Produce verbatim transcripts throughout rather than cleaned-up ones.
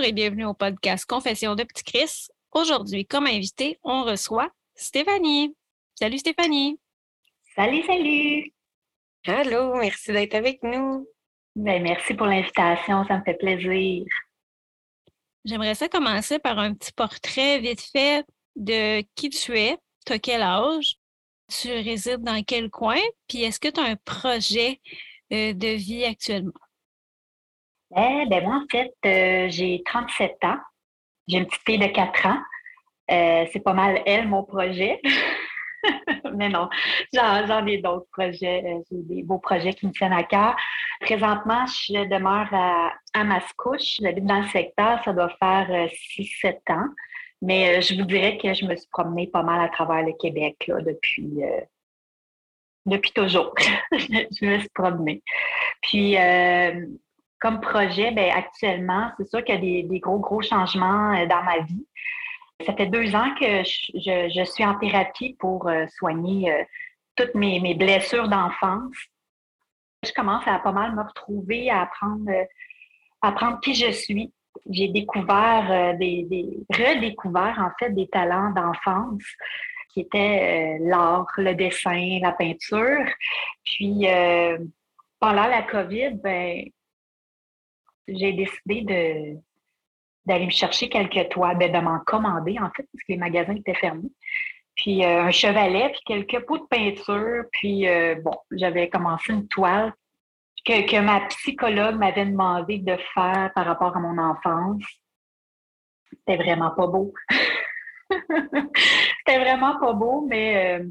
et bienvenue au podcast Confession de Petit Chris. Aujourd'hui, comme invité, on reçoit Stéphanie. Salut Stéphanie. Salut, salut! Allô, merci d'être avec nous. Ben, merci pour l'invitation, ça me fait plaisir. J'aimerais ça commencer par un petit portrait vite fait de qui tu es, tu as quel âge, tu résides dans quel coin, puis est-ce que tu as un projet euh, de vie actuellement? Eh, ben, moi, en fait, euh, j'ai trente-sept ans. J'ai une petite fille de quatre ans. Euh, c'est pas mal elle, mon projet. Mais non, j'en, j'en ai d'autres projets. Euh, J'ai des beaux projets qui me tiennent à cœur. Présentement, je demeure à, à Mascouche. J'habite dans le secteur. Ça doit faire six sept ans. Mais euh, je vous dirais que je me suis promenée pas mal à travers le Québec là, depuis, euh, depuis toujours. Je me suis promenée. Puis, euh, comme projet, ben, actuellement, c'est sûr qu'il y a des, des gros, gros changements euh, dans ma vie. Ça fait deux ans que je, je- je suis en thérapie pour euh, soigner euh, toutes mes, mes blessures d'enfance. Je commence à pas mal me retrouver, à apprendre, euh, à apprendre qui je suis. J'ai découvert, euh, des, des, redécouvert en fait des talents d'enfance qui étaient euh, l'art, le dessin, la peinture. Puis, euh, pendant la COVID, ben, j'ai décidé de d'aller me chercher quelques toiles, ben, de m'en commander, en fait, parce que les magasins étaient fermés. Puis euh, un chevalet, puis quelques pots de peinture. Puis, euh, bon, j'avais commencé une toile que, que ma psychologue m'avait demandé de faire par rapport à mon enfance. C'était vraiment pas beau. C'était vraiment pas beau, mais euh,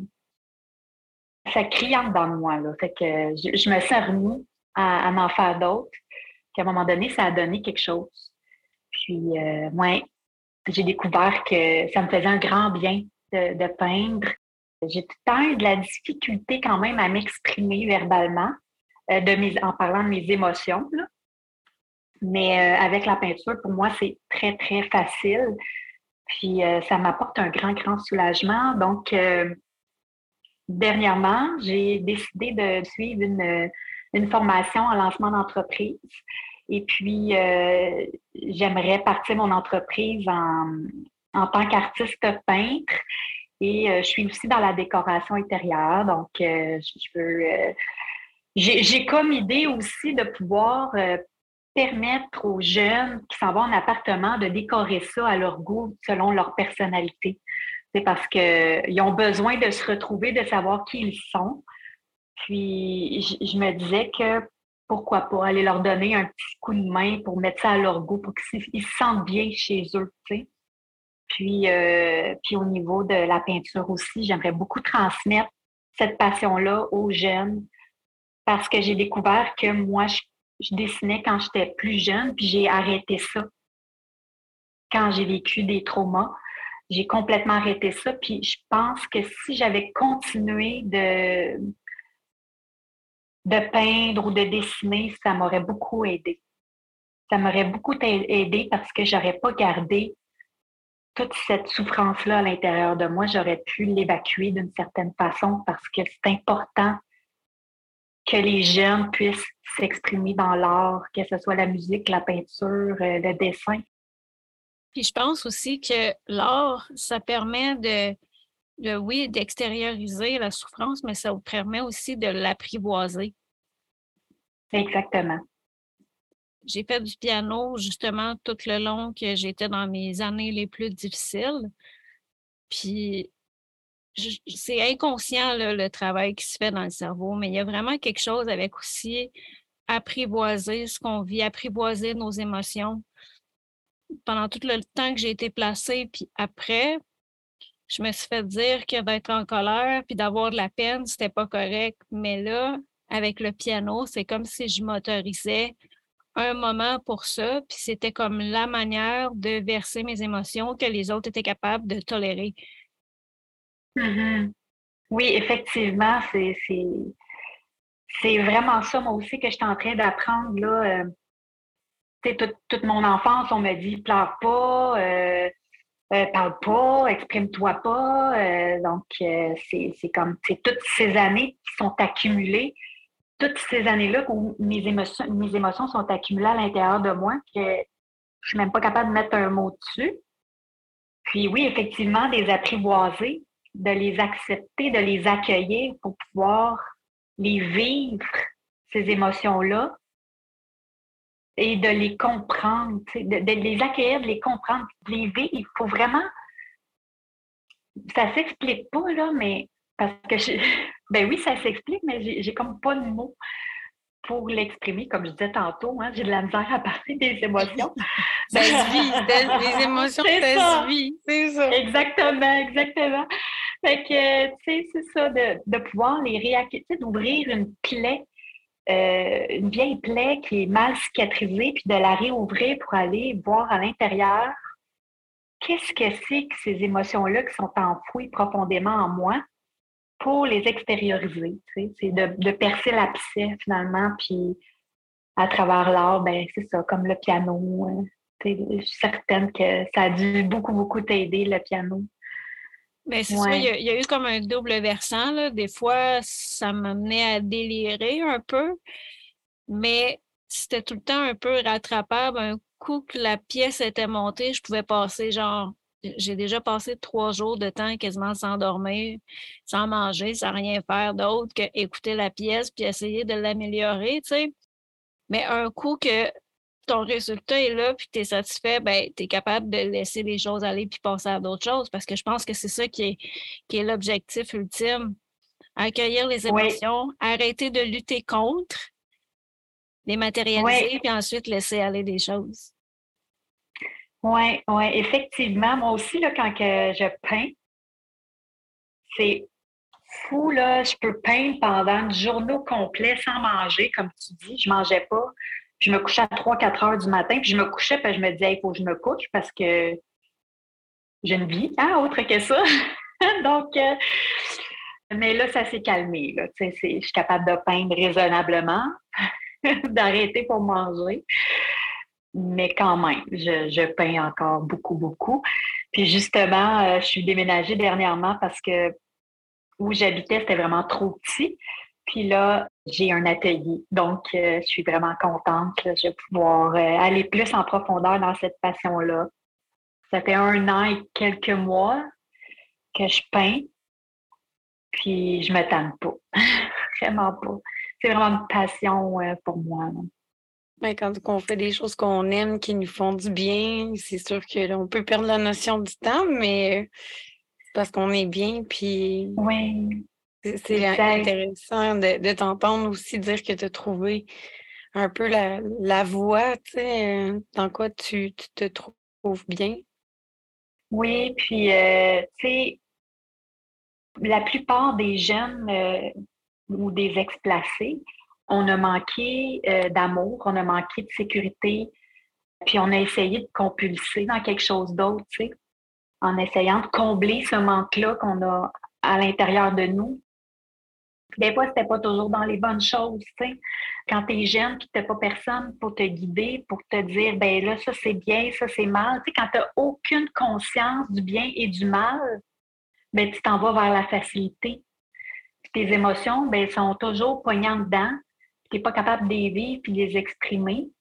ça crie en dedans de moi, là. Fait que je, je me suis remis à, à en faire d'autres. Puis à un moment donné, ça a donné quelque chose. Puis, euh, ouais, j'ai découvert que ça me faisait un grand bien de, de peindre. J'ai tout le temps eu de la difficulté quand même à m'exprimer verbalement euh, de mes, en parlant de mes émotions, là. Mais euh, avec la peinture, pour moi, c'est très, très facile. Puis euh, ça m'apporte un grand, grand soulagement. Donc, euh, dernièrement, j'ai décidé de suivre une, une formation en lancement d'entreprise. Et puis, euh, j'aimerais partir mon entreprise en, en tant qu'artiste peintre. Et euh, je suis aussi dans la décoration intérieure. Donc, euh, je, je veux. euh, j'ai, j'ai comme idée aussi de pouvoir euh, permettre aux jeunes qui s'en vont en appartement de décorer ça à leur goût, selon leur personnalité. C'est parce qu'ils ont besoin de se retrouver, de savoir qui ils sont. Puis, je, je me disais que pourquoi pas aller leur donner un petit coup de main pour mettre ça à leur goût, pour qu'ils ils se sentent bien chez eux, tu sais. Puis, euh, puis au niveau de la peinture aussi, j'aimerais beaucoup transmettre cette passion-là aux jeunes parce que j'ai découvert que moi, je, je dessinais quand j'étais plus jeune, puis j'ai arrêté ça quand j'ai vécu des traumas. J'ai complètement arrêté ça, puis je pense que si j'avais continué de, de peindre ou de dessiner, ça m'aurait beaucoup aidé. Ça m'aurait beaucoup aidé parce que j'aurais pas gardé toute cette souffrance-là à l'intérieur de moi, j'aurais pu l'évacuer d'une certaine façon parce que c'est important que les jeunes puissent s'exprimer dans l'art, que ce soit la musique, la peinture, euh, le dessin. Puis je pense aussi que l'art, ça permet de, de oui, d'extérioriser la souffrance, mais ça vous permet aussi de l'apprivoiser. Exactement. J'ai fait du piano justement tout le long que j'étais dans mes années les plus difficiles. Puis je- c'est inconscient là, le travail qui se fait dans le cerveau, mais il y a vraiment quelque chose avec aussi apprivoiser ce qu'on vit, apprivoiser nos émotions. Pendant tout le temps que j'ai été placée, puis après, je me suis fait dire que d'être en colère puis d'avoir de la peine, c'était pas correct. Mais là, avec le piano, c'est comme si je m'autorisais un moment pour ça, puis c'était comme la manière de verser mes émotions que les autres étaient capables de tolérer. Mhm. Oui, effectivement, c'est, c'est, c'est vraiment ça, moi aussi, que je suis en train d'apprendre, là. Euh, tu sais, toute, toute mon enfance, on me dit, pleure pas, euh, euh, parle pas, exprime-toi pas. Euh, donc, euh, c'est, c'est comme, c'est toutes ces années qui sont accumulées, toutes ces années-là où mes émotions, mes émotions sont accumulées à l'intérieur de moi, que Je suis même pas capable de mettre un mot dessus. Puis oui, effectivement, des apprivoiser, de les accepter, de les accueillir pour pouvoir les vivre, ces émotions-là, et de les comprendre, de, de les accueillir, de les comprendre, de les vivre. Il faut vraiment... Ça s'explique pas, là, mais parce que je... Ben oui, ça s'explique, mais j'ai, j'ai comme pas de mots pour l'exprimer, comme je disais tantôt, hein, j'ai de la misère à parler des émotions. Ça se vit, ça- les émotions, c'est ça ça. se vit, c'est ça. Exactement, exactement. Fait que, tu sais, c'est ça, de, de pouvoir les réaccueillir, d'ouvrir une plaie, euh, une vieille plaie qui est mal cicatrisée, puis de la réouvrir pour aller voir à l'intérieur qu'est-ce que c'est que ces émotions-là qui sont enfouies profondément en moi pour les extérioriser. Tu sais, c'est de, de percer l'abcès finalement, puis à travers l'art, ben c'est ça, comme le piano. euh, tu sais, je suis certaine que ça a dû beaucoup, beaucoup t'aider, le piano. Mais c'est ça, il y, Ouais. a, il y a eu comme un double versant, là. Des fois, ça m'amenait à délirer un peu, mais c'était tout le temps un peu rattrapable. Un coup que la pièce était montée, je pouvais passer genre, j'ai déjà passé trois jours de temps quasiment sans dormir, sans manger, sans rien faire d'autre qu'écouter la pièce puis essayer de l'améliorer, tu sais. Mais un coup que ton résultat est là puis tu es satisfait, ben, tu es capable de laisser les choses aller puis passer à d'autres choses parce que je pense que c'est ça qui est, qui est l'objectif ultime. Accueillir les Oui, émotions, arrêter de lutter contre, les oui, matérialiser puis ensuite laisser aller des choses. oui, oui. Effectivement, moi aussi, là, quand que je peins, c'est fou, là. Je peux peindre pendant une journée au complet sans manger, comme tu dis. Je mangeais pas. Je me couchais à trois quatre heures du matin, puis je me couchais, puis je me disais, il faut que je me couche parce que j'ai une vie, hein, autre que ça. Donc, euh, mais là, ça s'est calmé, là. Tu sais, c'est- je suis capable de peindre raisonnablement, d'arrêter pour manger. Mais quand même, je, je peins encore beaucoup, beaucoup. Puis justement, euh, je suis déménagée dernièrement parce que où j'habitais, c'était vraiment trop petit. Puis là, j'ai un atelier. Donc, euh, je suis vraiment contente. Là. Je vais pouvoir euh, aller plus en profondeur dans cette passion-là. Ça fait un an et quelques mois que je peins, puis je me tanne pas. Vraiment pas. C'est vraiment une passion euh, pour moi. Là. Mais quand on fait des choses qu'on aime, qui nous font du bien, c'est sûr que là, on peut perdre la notion du temps, mais euh, c'est parce qu'on est bien, puis Oui, c'est c'est exact. intéressant de, de t'entendre aussi dire que tu as trouvé un peu la, la voie, tu sais, euh, dans quoi tu, tu te trouves bien. Oui, puis, euh, tu sais, la plupart des jeunes euh, ou des ex-placés, on a manqué euh, d'amour, on a manqué de sécurité, puis on a essayé de compulser dans quelque chose d'autre, tu sais, en essayant de combler ce manque-là qu'on a à l'intérieur de nous. Puis des fois, c'était pas toujours dans les bonnes choses, tu sais. Quand tu es jeune, puis t'as pas personne pour te guider, pour te dire, ben là, ça c'est bien, ça c'est mal. Tu sais, quand tu n'as aucune conscience du bien et du mal, ben tu t'en vas vers la facilité. Puis tes émotions, ben sont toujours poignantes dedans. Tu n'es pas capable de les vivre puis de les exprimer.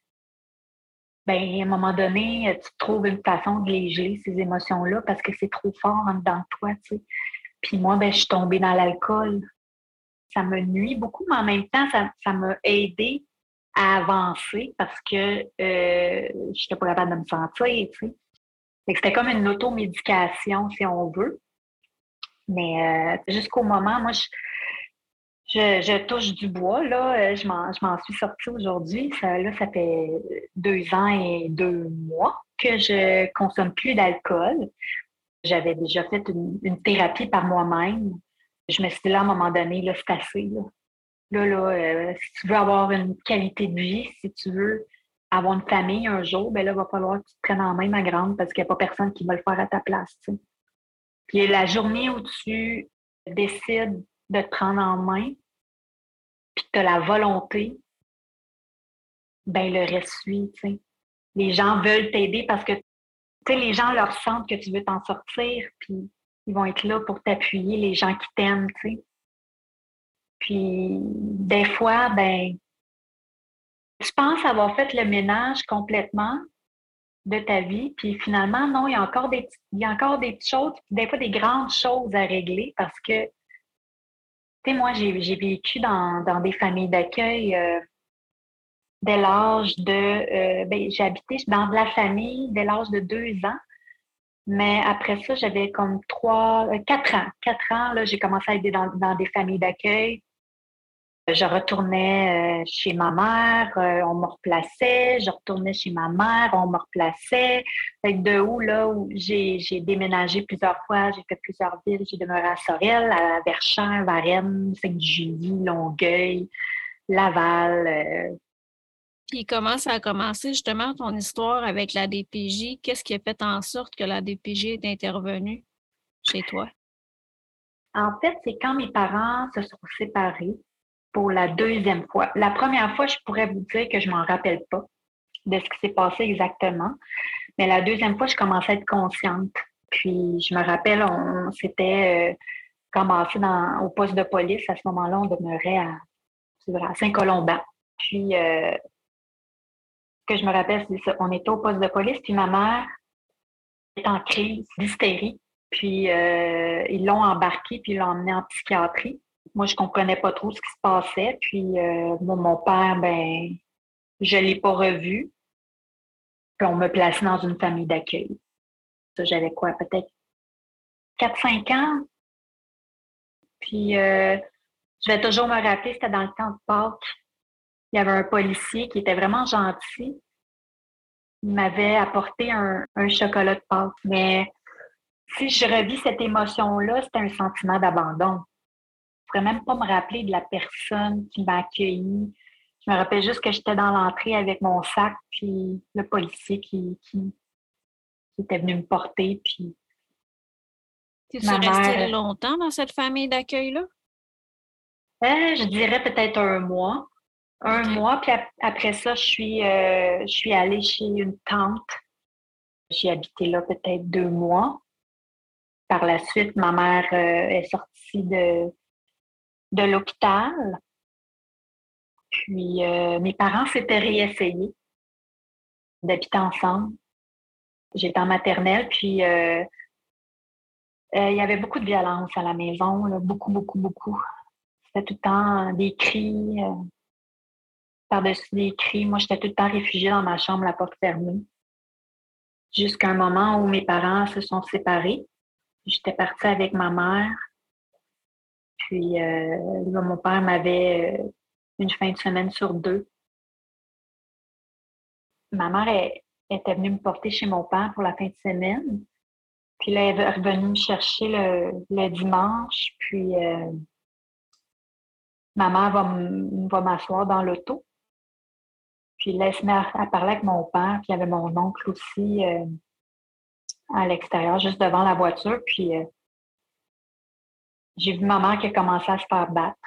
Ben, à un moment donné, tu trouves une façon de les geler, ces émotions-là, parce que c'est trop fort en dedans de toi, tu sais. Puis moi, ben, je suis tombée dans l'alcool. Ça me nuit beaucoup, mais en même temps, ça, ça m'a aidé à avancer parce que euh, je n'étais pas capable de me sentir, tu sais. Fait que c'était comme une automédication, si on veut. Mais euh, jusqu'au moment, moi, je, je, je touche du bois, là. Euh, Je m'en, je m'en suis sortie aujourd'hui. Ça, là, ça fait deux ans et deux mois que je consomme plus d'alcool. J'avais déjà fait une, une thérapie par moi-même. Je me suis dit là, à un moment donné, là, c'est assez, là. Là, là, euh, si tu veux avoir une qualité de vie, si tu veux avoir une famille un jour, ben là, il va falloir que tu te prennes en main, ma grande, parce qu'il n'y a pas personne qui va le faire à ta place, tu sais. Puis la journée où tu décides de te prendre en main, puis que tu as la volonté, ben le reste suit, tu sais. Les gens veulent t'aider parce que, tu sais, les gens leur sentent que tu veux t'en sortir, puis ils vont être là pour t'appuyer, les gens qui t'aiment, tu sais. Puis des fois, ben, je pense avoir fait le ménage complètement, de ta vie. Puis finalement, non, il y a encore des, il y a encore des petites choses, des fois des grandes choses à régler parce que, tu sais, moi, j'ai, j'ai vécu dans, dans des familles d'accueil euh, dès l'âge de, euh, ben, j'ai habité dans de la famille dès l'âge de deux ans. Mais après ça, j'avais comme trois, euh, quatre ans. Quatre ans, là, j'ai commencé à aider dans, dans des familles d'accueil. Je retournais euh, chez ma mère, euh, on me replaçait. Je retournais chez ma mère, on me replaçait. Fait que de où, là, où j'ai, j'ai déménagé plusieurs fois, j'ai fait plusieurs villes. J'ai demeuré à Sorel, à Verchères, Varennes, Sainte-Julie, Longueuil, Laval. euh, Puis comment ça a commencé justement ton histoire avec la D P J? Qu'est-ce qui a fait en sorte que la D P J est intervenue chez toi? En fait, c'est quand mes parents se sont séparés pour la deuxième fois. La première fois, je pourrais vous dire que je m'en rappelle pas de ce qui s'est passé exactement. Mais la deuxième fois, je commençais à être consciente. Puis, je me rappelle, on s'était euh, commencé dans, au poste de police. À ce moment-là, on demeurait à, c'est vrai, à Saint-Colomban. Puis, euh, ce que je me rappelle, c'est ça. On était au poste de police, puis ma mère est en crise d'hystérie. Puis, euh, ils l'ont embarqué, puis ils l'ont emmené en psychiatrie. Moi, je comprenais pas trop ce qui se passait. Puis, euh, mon, mon père, ben, je l'ai pas revu. Puis, on me plaçait dans une famille d'accueil. Ça, j'avais quoi, peut-être quatre cinq ans. Puis, euh, je vais toujours me rappeler, c'était dans le temps de Pâques. Il y avait un policier qui était vraiment gentil. Il m'avait apporté un, un chocolat de Pâques. Mais si je revis cette émotion-là, c'était un sentiment d'abandon. Je ne pourrais même pas me rappeler de la personne qui m'a accueillie. Je me rappelle juste que j'étais dans l'entrée avec mon sac, puis le policier qui, qui, qui était venu me porter, puis Es-tu ma resté mère. longtemps dans cette famille d'accueil-là? Euh, je dirais peut-être un mois. Un OK. mois, puis ap- après ça, je suis, euh, je suis allée chez une tante. J'ai habité là peut-être deux mois. Par la suite, ma mère euh, est sortie de, de l'hôpital. Puis euh, mes parents s'étaient réessayés d'habiter ensemble. J'étais en maternelle, puis euh, euh, il y avait beaucoup de violence à la maison, là, beaucoup, beaucoup, beaucoup. C'était tout le temps des cris, euh, par-dessus des cris. Moi, j'étais tout le temps réfugiée dans ma chambre, la porte fermée. Jusqu'à un moment où mes parents se sont séparés. J'étais partie avec ma mère. Puis euh, là, mon père m'avait euh, une fin de semaine sur deux. Ma mère elle, elle était venue me porter chez mon père pour la fin de semaine. Puis là, elle est revenue me chercher le, le dimanche. Puis euh, ma mère va, m- va m'asseoir dans l'auto. Puis là, elle se met à, à parler avec mon père. Puis il y avait mon oncle aussi euh, à l'extérieur, juste devant la voiture. Puis euh, j'ai vu ma mère qui a commencé à se faire battre.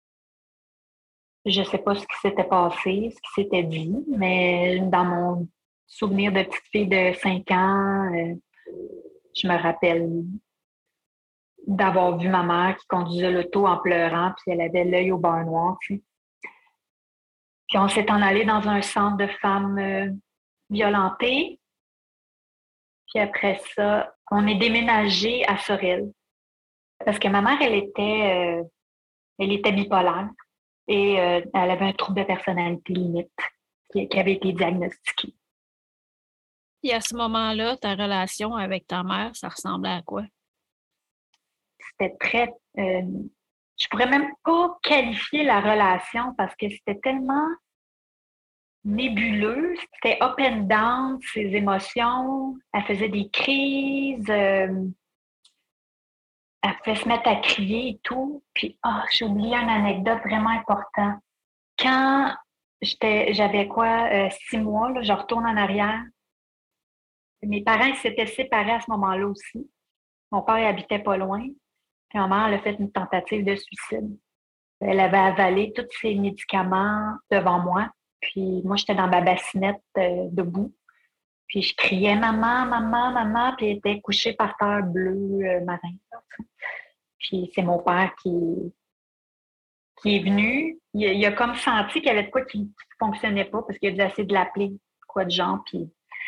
Je ne sais pas ce qui s'était passé, ce qui s'était dit, mais dans mon souvenir de petite fille de cinq ans, euh, je me rappelle d'avoir vu ma mère qui conduisait l'auto en pleurant, puis elle avait l'œil au beurre noir. Puis, puis on s'est en allé dans un centre de femmes euh, violentées. Puis après ça, on est déménagé à Sorel. Parce que ma mère, elle était, euh, elle était bipolaire et euh, elle avait un trouble de personnalité limite qui, qui avait été diagnostiqué. Puis à ce moment-là, ta relation avec ta mère, ça ressemblait à quoi? C'était très... Euh, je pourrais même pas qualifier la relation parce que c'était tellement nébuleux. C'était up and down, ses émotions. Elle faisait des crises. Euh, elle pouvait se mettre à crier et tout. Puis, oh, j'ai oublié une anecdote vraiment importante. Quand j'étais, j'avais quoi, euh, six mois, là, je retourne en arrière. Mes parents ils s'étaient séparés à ce moment-là aussi. Mon père il habitait pas loin. Puis ma mère elle a fait une tentative de suicide. Elle avait avalé tous ses médicaments devant moi. Puis moi, j'étais dans ma bassinette euh, debout. Puis je criais maman, maman, maman. Puis elle était couchée par terre bleu euh, marin. Puis c'est mon père qui, qui est venu. Il, il a comme senti qu'il y avait de quoi qui ne fonctionnait pas parce qu'il a dû essayer de l'appeler, quoi de genre. Puis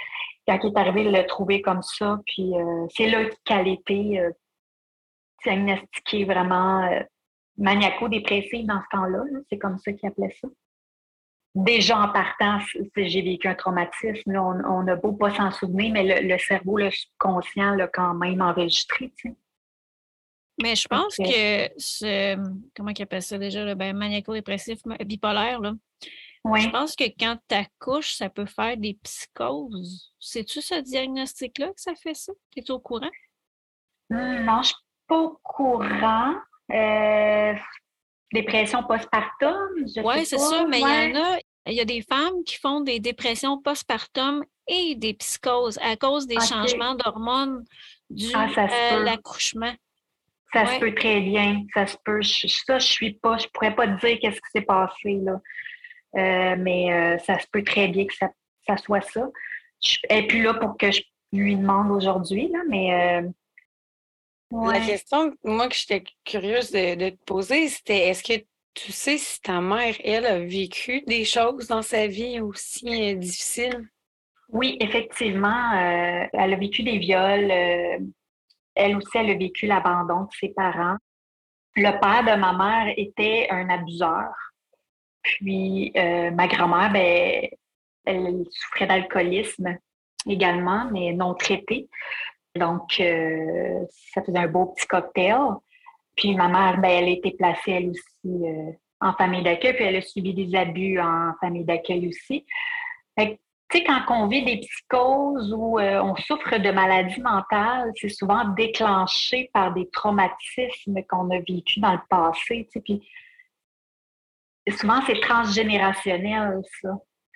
quand il est arrivé de le trouver comme ça, puis euh, c'est là qu'elle était euh, diagnostiquée vraiment euh, maniaco-dépressive dans ce temps-là. Là. C'est comme ça qu'il appelait ça. Déjà en partant, j'ai vécu un traumatisme. Là, on, on a beau pas s'en souvenir, mais le, le cerveau, le subconscient l'a quand même enregistré. Tu sais. Mais je pense que ce, comment il appelle ça déjà, le ben, maniaco-dépressif bipolaire, là, oui. Je pense que quand tu accouches, ça peut faire des psychoses. C'est-tu ce diagnostic-là que ça fait ça? Es-tu au courant? Hum, non, je suis pas au courant. Euh, dépression postpartum, je Oui, sais c'est pas. ça, mais il ouais. y en a, il y a des femmes qui font des dépressions postpartum et des psychoses à cause des okay. changements d'hormones dus ah, ça se à peut. l'accouchement. Ça ouais. se peut très bien. Ça se peut. Je, ça, je suis pas, je pourrais pas te dire qu'est-ce qui s'est passé, là. Euh, mais euh, ça se peut très bien que ça, ça soit ça. Je, et puis là, pour que je lui demande aujourd'hui, là, mais euh, La ouais. question, moi, que j'étais curieuse de, de te poser, c'était est-ce que tu sais si ta mère, elle, a vécu des choses dans sa vie aussi euh, difficiles? Oui, effectivement, euh, elle a vécu des viols. Euh, elle aussi, elle a vécu l'abandon de ses parents. Le père de ma mère était un abuseur. Puis euh, ma grand-mère, ben, elle souffrait d'alcoolisme également, mais non traité. Donc, euh, ça faisait un beau petit cocktail. Puis ma mère, ben, elle a été placée, elle aussi, euh, en famille d'accueil, puis elle a subi des abus en famille d'accueil aussi. Fait que, tu sais, quand on vit des psychoses ou euh, on souffre de maladies mentales, c'est souvent déclenché par des traumatismes qu'on a vécus dans le passé. Tu sais, puis souvent, c'est transgénérationnel, ça.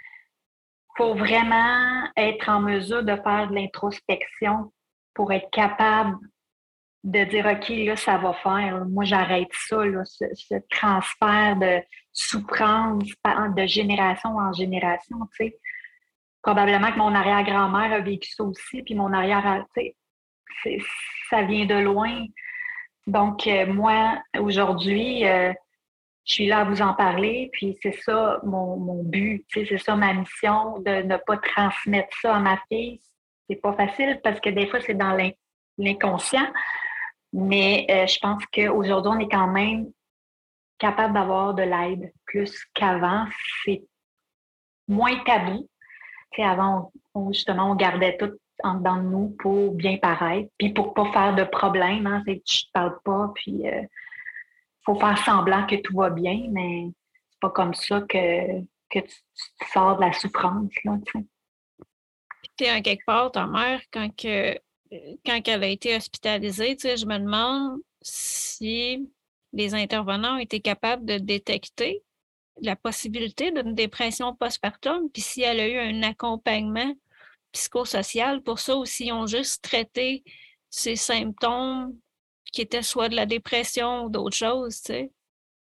Il faut vraiment être en mesure de faire de l'introspection pour être capable de dire, OK, là, ça va faire. Moi, j'arrête ça, là, ce, ce transfert de souffrance de génération en génération, tu sais. Probablement que mon arrière-grand-mère a vécu ça aussi, puis mon arrière, tu sais, ça vient de loin. Donc, euh, moi, aujourd'hui, euh, je suis là à vous en parler, puis c'est ça mon, mon but, tu sais, c'est ça ma mission, de ne pas transmettre ça à ma fille. C'est pas facile parce que des fois, c'est dans l'inconscient, mais euh, je pense qu'aujourd'hui, on est quand même capable d'avoir de l'aide plus qu'avant. C'est moins tabou. Tu sais, avant, on, justement, on gardait tout en dedans de nous pour bien paraître, puis pour pas faire de problème. Hein, c'est que je te parle pas, puis il euh, faut faire semblant que tout va bien, mais c'est pas comme ça que, que tu, tu sors de la souffrance. Là, tu sais. Puis, en quelque part, ta mère, quand, que, quand elle a été hospitalisée, tu sais, je me demande si les intervenants ont été capables de détecter la possibilité d'une dépression postpartum, puis si elle a eu un accompagnement psychosocial pour ça, ou s'ils ont juste traité ces symptômes qui étaient soit de la dépression ou d'autres choses, tu sais.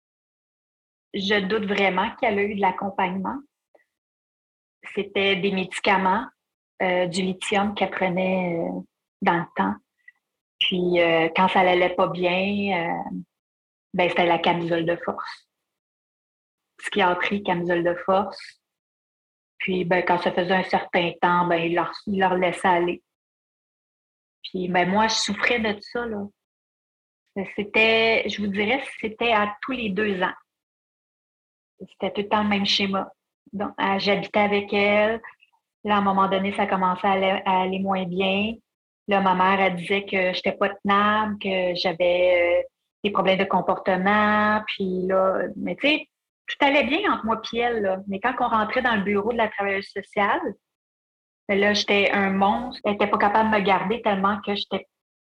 Je doute vraiment qu'elle a eu de l'accompagnement. C'était des médicaments, euh, du lithium qu'elle prenait euh, dans le temps. Puis euh, quand ça n'allait pas bien, euh, ben, c'était la camisole de force. Psychiatrie, camisole de force. Puis ben, quand ça faisait un certain temps, ben, il, leur, il leur laissait aller. Puis ben, moi, je souffrais de ça. Là. C'était, je vous dirais, c'était à tous les deux ans. C'était tout le temps le même schéma. Donc, j'habitais avec elle. Là, à un moment donné, ça commençait à aller, à aller moins bien. Là, ma mère, elle disait que je n'étais pas tenable, que j'avais euh, des problèmes de comportement. Puis là, mais tu sais, tout allait bien entre moi et elle. Là. Mais quand on rentrait dans le bureau de la travailleuse sociale, ben là, j'étais un monstre. Elle n'était pas capable de me garder tellement que j'étais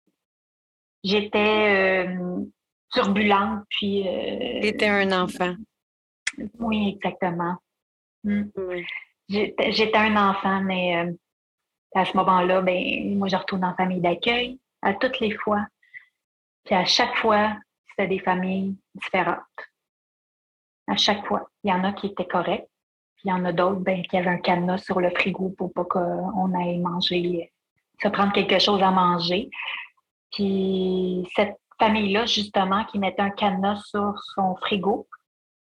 j'étais euh, turbulente. Puis, euh, T'étais un enfant. oui, exactement. Mm. Oui. J'étais, j'étais un enfant, mais euh, à ce moment-là, ben, moi, je retourne en famille d'accueil à toutes les fois. Puis à chaque fois, c'était des familles différentes. À chaque fois. Il y en a qui étaient corrects. Puis il y en a d'autres ben, qui avaient un cadenas sur le frigo pour pas qu'on aille manger, se prendre quelque chose à manger. Puis cette famille-là, justement, qui mettait un cadenas sur son frigo,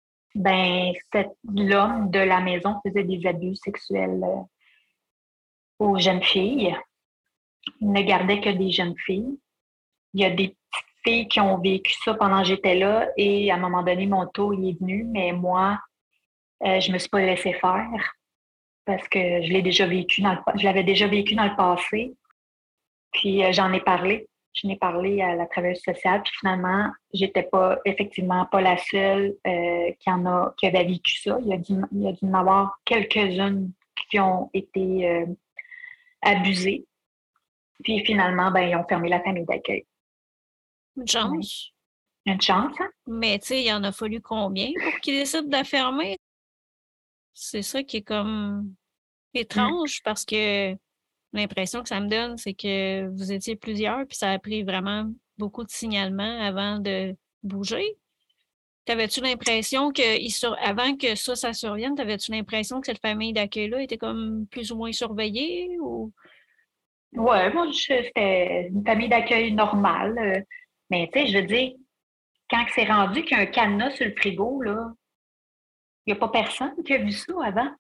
ben, cet, l'homme de la maison faisait des abus sexuels aux jeunes filles. Ils ne gardaient que des jeunes filles. Il y a des petites filles qui ont vécu ça pendant que j'étais là et à un moment donné, mon tour il est venu, mais moi, euh, je ne me suis pas laissée faire parce que je l'ai déjà vécu dans le, je l'avais déjà vécu dans le passé. Puis euh, j'en ai parlé. Je n'ai parlé à la travailleuse sociale, puis finalement, j'étais pas effectivement pas la seule euh, qui en a qui avait vécu ça. Il y a dû, il y a dû en avoir quelques-unes qui ont été euh, abusées. Puis finalement, ben, ils ont fermé la famille d'accueil. Une chance. Ouais. Une chance, hein? Mais tu sais, il en a fallu combien pour qu'ils décident de la fermer? C'est ça qui est comme étrange mmh. parce que l'impression que ça me donne, c'est que vous étiez plusieurs, puis ça a pris vraiment beaucoup de signalements avant de bouger. T'avais-tu l'impression que, sur... avant que ça, ça survienne, t'avais-tu l'impression que cette famille d'accueil-là était comme plus ou moins surveillée? Ou... Oui, moi, c'était une famille d'accueil normale. Mais tu sais, je veux dire, quand c'est rendu qu'il y a un cadenas sur le frigo, là, il n'y a pas personne qui a vu ça avant.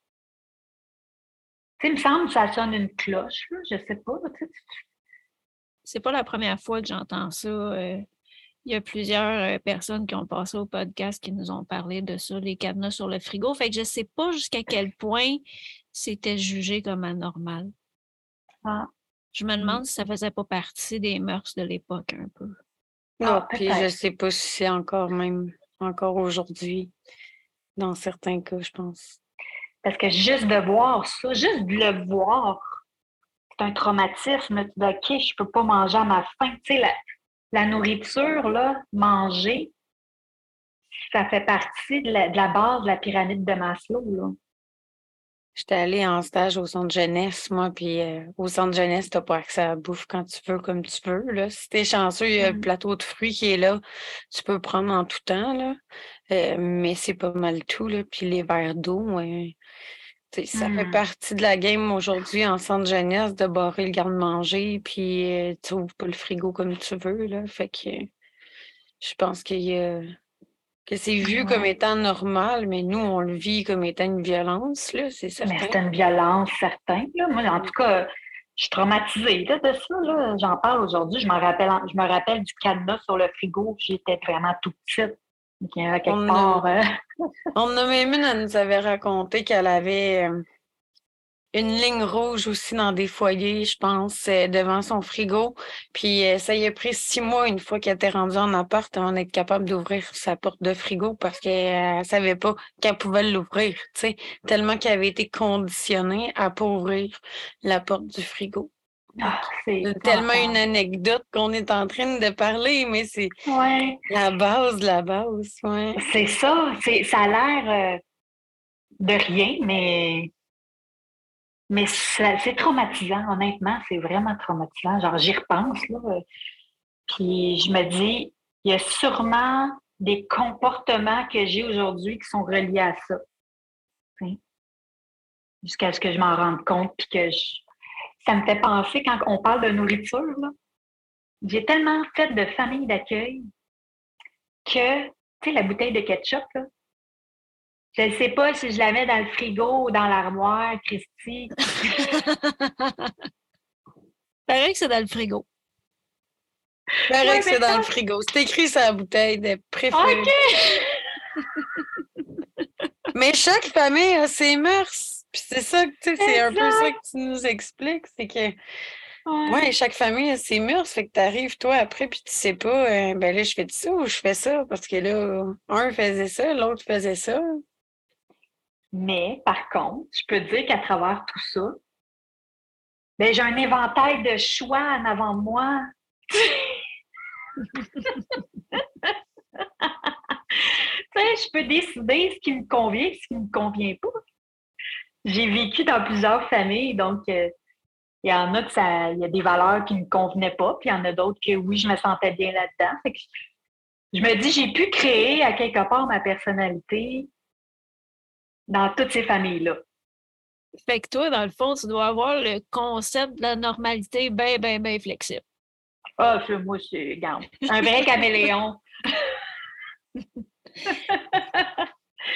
Tu sais, il me semble que ça sonne une cloche, là, je sais pas. Tu sais. C'est pas la première fois que j'entends ça. Euh, il y a plusieurs euh, personnes qui ont passé au podcast qui nous ont parlé de ça, les cadenas sur le frigo. Fait que je sais pas jusqu'à quel point c'était jugé comme anormal. Ah. Je me demande si ça faisait pas partie des mœurs de l'époque un peu. Non, ah, puis je sais pas si c'est encore même encore aujourd'hui, dans certains cas, je pense. Parce que juste de voir ça, juste de le voir, c'est un traumatisme. Tu dis, OK, je peux pas manger à ma faim. Tu sais, la, la nourriture, là, manger, ça fait partie de la, de la base de la pyramide de Maslow, là. J'étais allée en stage au centre jeunesse, moi, puis euh, au centre jeunesse, t'as pas accès à la bouffe quand tu veux, comme tu veux, là. Si t'es chanceux, il y a mm. le plateau de fruits qui est là, tu peux prendre en tout temps, là. Euh, mais c'est pas mal tout, là. Puis les verres d'eau, ouais. Ça mm. fait partie de la game aujourd'hui en centre jeunesse de barrer le garde-manger, puis euh, tu ouvres pas le frigo comme tu veux, là. Fait que euh, je pense qu'il y a... que c'est vu ouais. comme étant normal, mais nous, on le vit comme étant une violence, là, c'est certain. Mais c'est une violence certaine, là. Moi, en tout cas, je suis traumatisée là, de ça, là. J'en parle aujourd'hui. Je, m'en rappelle, je me rappelle du cadenas sur le frigo. J'étais vraiment tout petite. Donc, quelque on, part, a, euh... on a même une, elle nous avait raconté qu'elle avait... Euh, une ligne rouge aussi dans des foyers, je pense, euh, devant son frigo. Puis euh, ça y a pris six mois, une fois qu'elle était rendue en appart, avant d'être capable d'ouvrir sa porte de frigo parce qu'elle ne savait pas qu'elle pouvait l'ouvrir, tu sais, tellement qu'elle avait été conditionnée à pas ouvrir la porte du frigo. Ah, c'est tellement une anecdote qu'on est en train de parler, mais c'est ouais. la base de la base. Ouais. C'est ça. C'est, ça a l'air euh, de rien, mais... Mais c'est traumatisant, honnêtement, c'est vraiment traumatisant. Genre, j'y repense, là. Puis je me dis, il y a sûrement des comportements que j'ai aujourd'hui qui sont reliés à ça. T'sais? Jusqu'à ce que je m'en rende compte, puis que je... ça me fait penser, quand on parle de nourriture, là, j'ai tellement fait de famille d'accueil que, tu sais, la bouteille de ketchup, là, je ne sais pas si je la mets dans le frigo ou dans l'armoire, Christy. Pareil que c'est dans le frigo. Pareil ouais, que c'est dans ça... le frigo. C'est écrit sur la bouteille de préférée. OK! Mais chaque famille a ses mœurs. Puis c'est ça, tu sais, c'est un peu ça que tu nous expliques. C'est que, ouais. ouais, chaque famille a ses mœurs. Fait que tu arrives, toi, après, puis tu sais pas, euh, ben là, je fais ça ou je fais ça. Parce que là, un faisait ça, l'autre faisait ça. Mais, par contre, je peux te dire qu'à travers tout ça, ben, j'ai un éventail de choix en avant de moi. Tu sais, je peux décider ce qui me convient et ce qui ne me convient pas. J'ai vécu dans plusieurs familles, donc il euh, y en a que ça, il y a des valeurs qui ne me convenaient pas, puis il y en a d'autres que oui, je me sentais bien là-dedans. Fait que je me dis, j'ai pu créer à quelque part ma personnalité dans toutes ces familles-là. Fait que toi, dans le fond, tu dois avoir le concept de la normalité bien, bien, bien flexible. Ah, oh, moi, c'est, regarde, un vrai caméléon.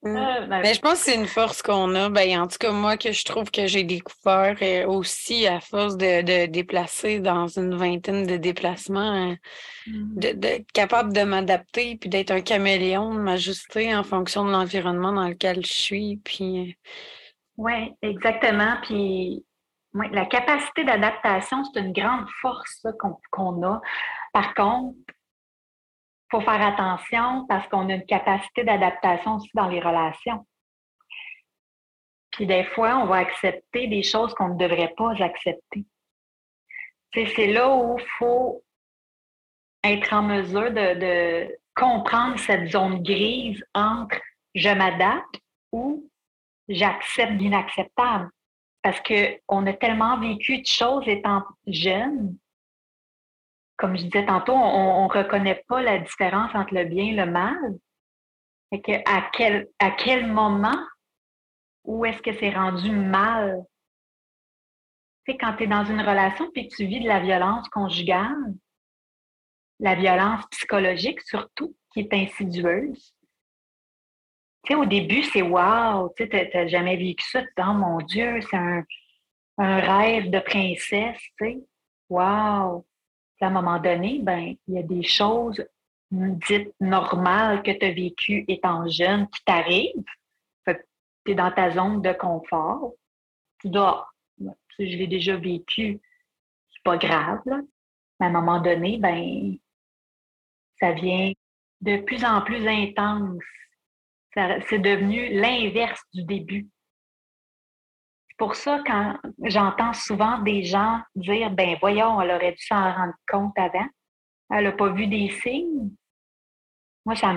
Mm. Euh, ben, Mais je pense que c'est une force qu'on a. Ben, en tout cas, moi, que je trouve que j'ai découvert euh, aussi à force de, de déplacer dans une vingtaine de déplacements, euh, mm. de, d'être capable de m'adapter puis d'être un caméléon, de m'ajuster en fonction de l'environnement dans lequel je suis. Puis, euh, Oui, exactement. Puis, ouais, la capacité d'adaptation, c'est une grande force ça, qu'on qu'on a. Par contre, il faut faire attention parce qu'on a une capacité d'adaptation aussi dans les relations. Puis des fois, on va accepter des choses qu'on ne devrait pas accepter. Tu sais, c'est là où il faut être en mesure de, de comprendre cette zone grise entre je m'adapte ou j'accepte l'inacceptable. Parce qu'on a tellement vécu de choses étant jeune, comme je disais tantôt, on ne reconnaît pas la différence entre le bien et le mal. Fait que à quel, à quel moment, où est-ce que c'est rendu mal? Tu sais, quand tu es dans une relation et que tu vis de la violence conjugale, la violence psychologique surtout, qui est insidieuse. Tu sais, au début, c'est wow, tu sais, t'as jamais vécu ça, tu te dis, oh mon Dieu, c'est un, un rêve de princesse, tu sais. Wow! Puis à un moment donné, ben, il y a des choses dites normales que tu as vécues étant jeune qui t'arrivent. Tu es dans ta zone de confort. Tu dois, si je l'ai déjà vécu, c'est pas grave, là. Mais à un moment donné, ben, ça vient de plus en plus intense. Ça- C'est devenu l'inverse du début. C'est pour ça, quand j'entends souvent des gens dire, ben voyons, elle aurait dû s'en rendre compte avant, elle n'a pas vu des signes. Moi, ça me,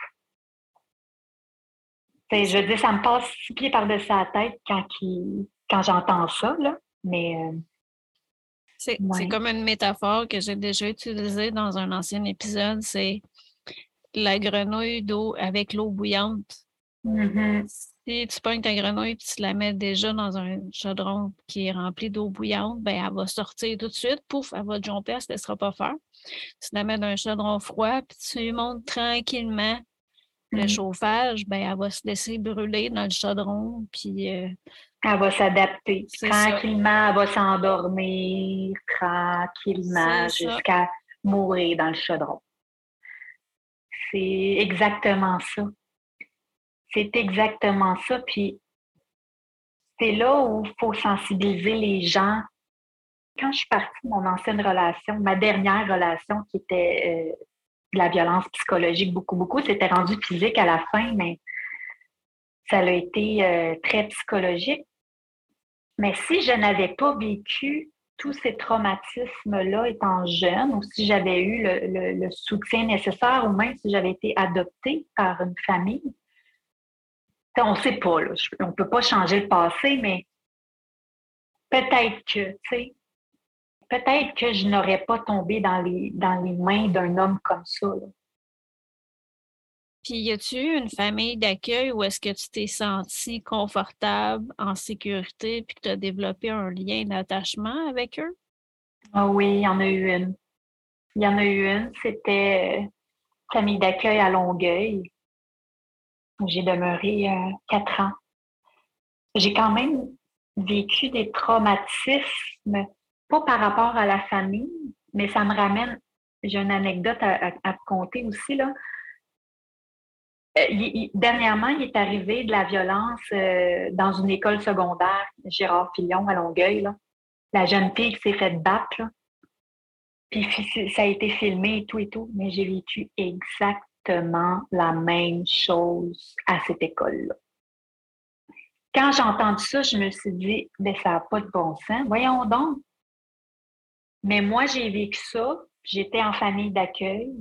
t'sais, je veux dire, ça me passe six pieds par-dessus la tête quand, qu'il- quand j'entends ça, là. Mais, euh, C'est c'est ouais. comme une métaphore que j'ai déjà utilisée dans un ancien épisode, c'est la grenouille d'eau avec l'eau bouillante. Mhm. Si tu pognes ta grenouille et tu la mets déjà dans un chaudron qui est rempli d'eau bouillante, ben elle va sortir tout de suite, pouf, elle va te jumper, elle ne se laissera pas faire. Tu la mets dans un chaudron froid, puis tu montes tranquillement le Mhm. chauffage, ben elle va se laisser brûler dans le chaudron, puis euh, Elle va s'adapter. c'est ça. Tranquillement, elle va s'endormir, C'est tranquillement, ça. jusqu'à mourir dans le chaudron. C'est exactement ça. C'est exactement ça. Puis c'est là où il faut sensibiliser les gens. Quand je suis partie de mon ancienne relation, ma dernière relation qui était euh, de la violence psychologique, beaucoup, beaucoup, c'était rendu physique à la fin, mais ça a été euh, très psychologique. Mais si je n'avais pas vécu tous ces traumatismes-là étant jeune, ou si j'avais eu le, le, le soutien nécessaire, ou même si j'avais été adoptée par une famille, on ne sait pas, là, on ne peut pas changer le passé, mais peut-être que, tu sais, peut-être que je n'aurais pas tombé dans les, dans les mains d'un homme comme ça, là. Puis, y a-tu eu une famille d'accueil où est-ce que tu t'es senti confortable, en sécurité, puis que tu as développé un lien d'attachement avec eux? Ah oui, il y en a eu une. Il y en a eu une, c'était euh, famille d'accueil à Longueuil, où j'ai demeuré euh, quatre ans. J'ai quand même vécu des traumatismes, pas par rapport à la famille, mais ça me ramène, j'ai une anecdote à, à, à te conter aussi, là. Euh, il- il- dernièrement, il est arrivé de la violence euh, dans une école secondaire, Gérard Fillon à Longueuil, là. La jeune fille qui s'est faite battre, là. Puis ça a été filmé et tout et tout, mais j'ai vécu exactement la même chose à cette école-là. Quand j'ai entendu ça, je me suis dit, mais ça n'a pas de bon sens. Voyons donc. Mais moi, j'ai vécu ça. J'étais en famille d'accueil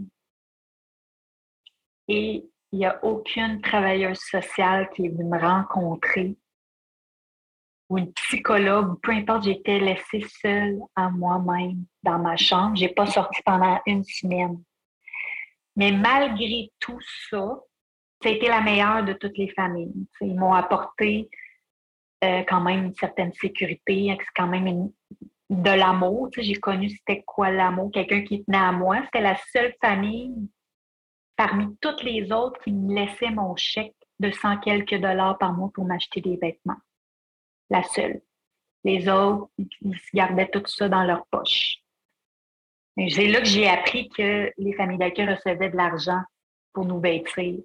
et il n'y a aucune travailleuse sociale qui est venue me rencontrer ou une psychologue, peu importe, j'étais laissée seule à moi-même dans ma chambre. Je n'ai pas sorti pendant une semaine. Mais malgré tout ça, ça a été la meilleure de toutes les familles. T'sais, ils m'ont apporté euh, quand même une certaine sécurité, quand même une, de l'amour. J'ai connu c'était quoi l'amour, quelqu'un qui tenait à moi. C'était la seule famille parmi toutes les autres qui me laissait mon chèque de cent quelques dollars par mois pour m'acheter des vêtements. La seule. Les autres, ils se gardaient tout ça dans leur poche. Et c'est là que j'ai appris que les familles d'accueil recevaient de l'argent pour nous vêtir.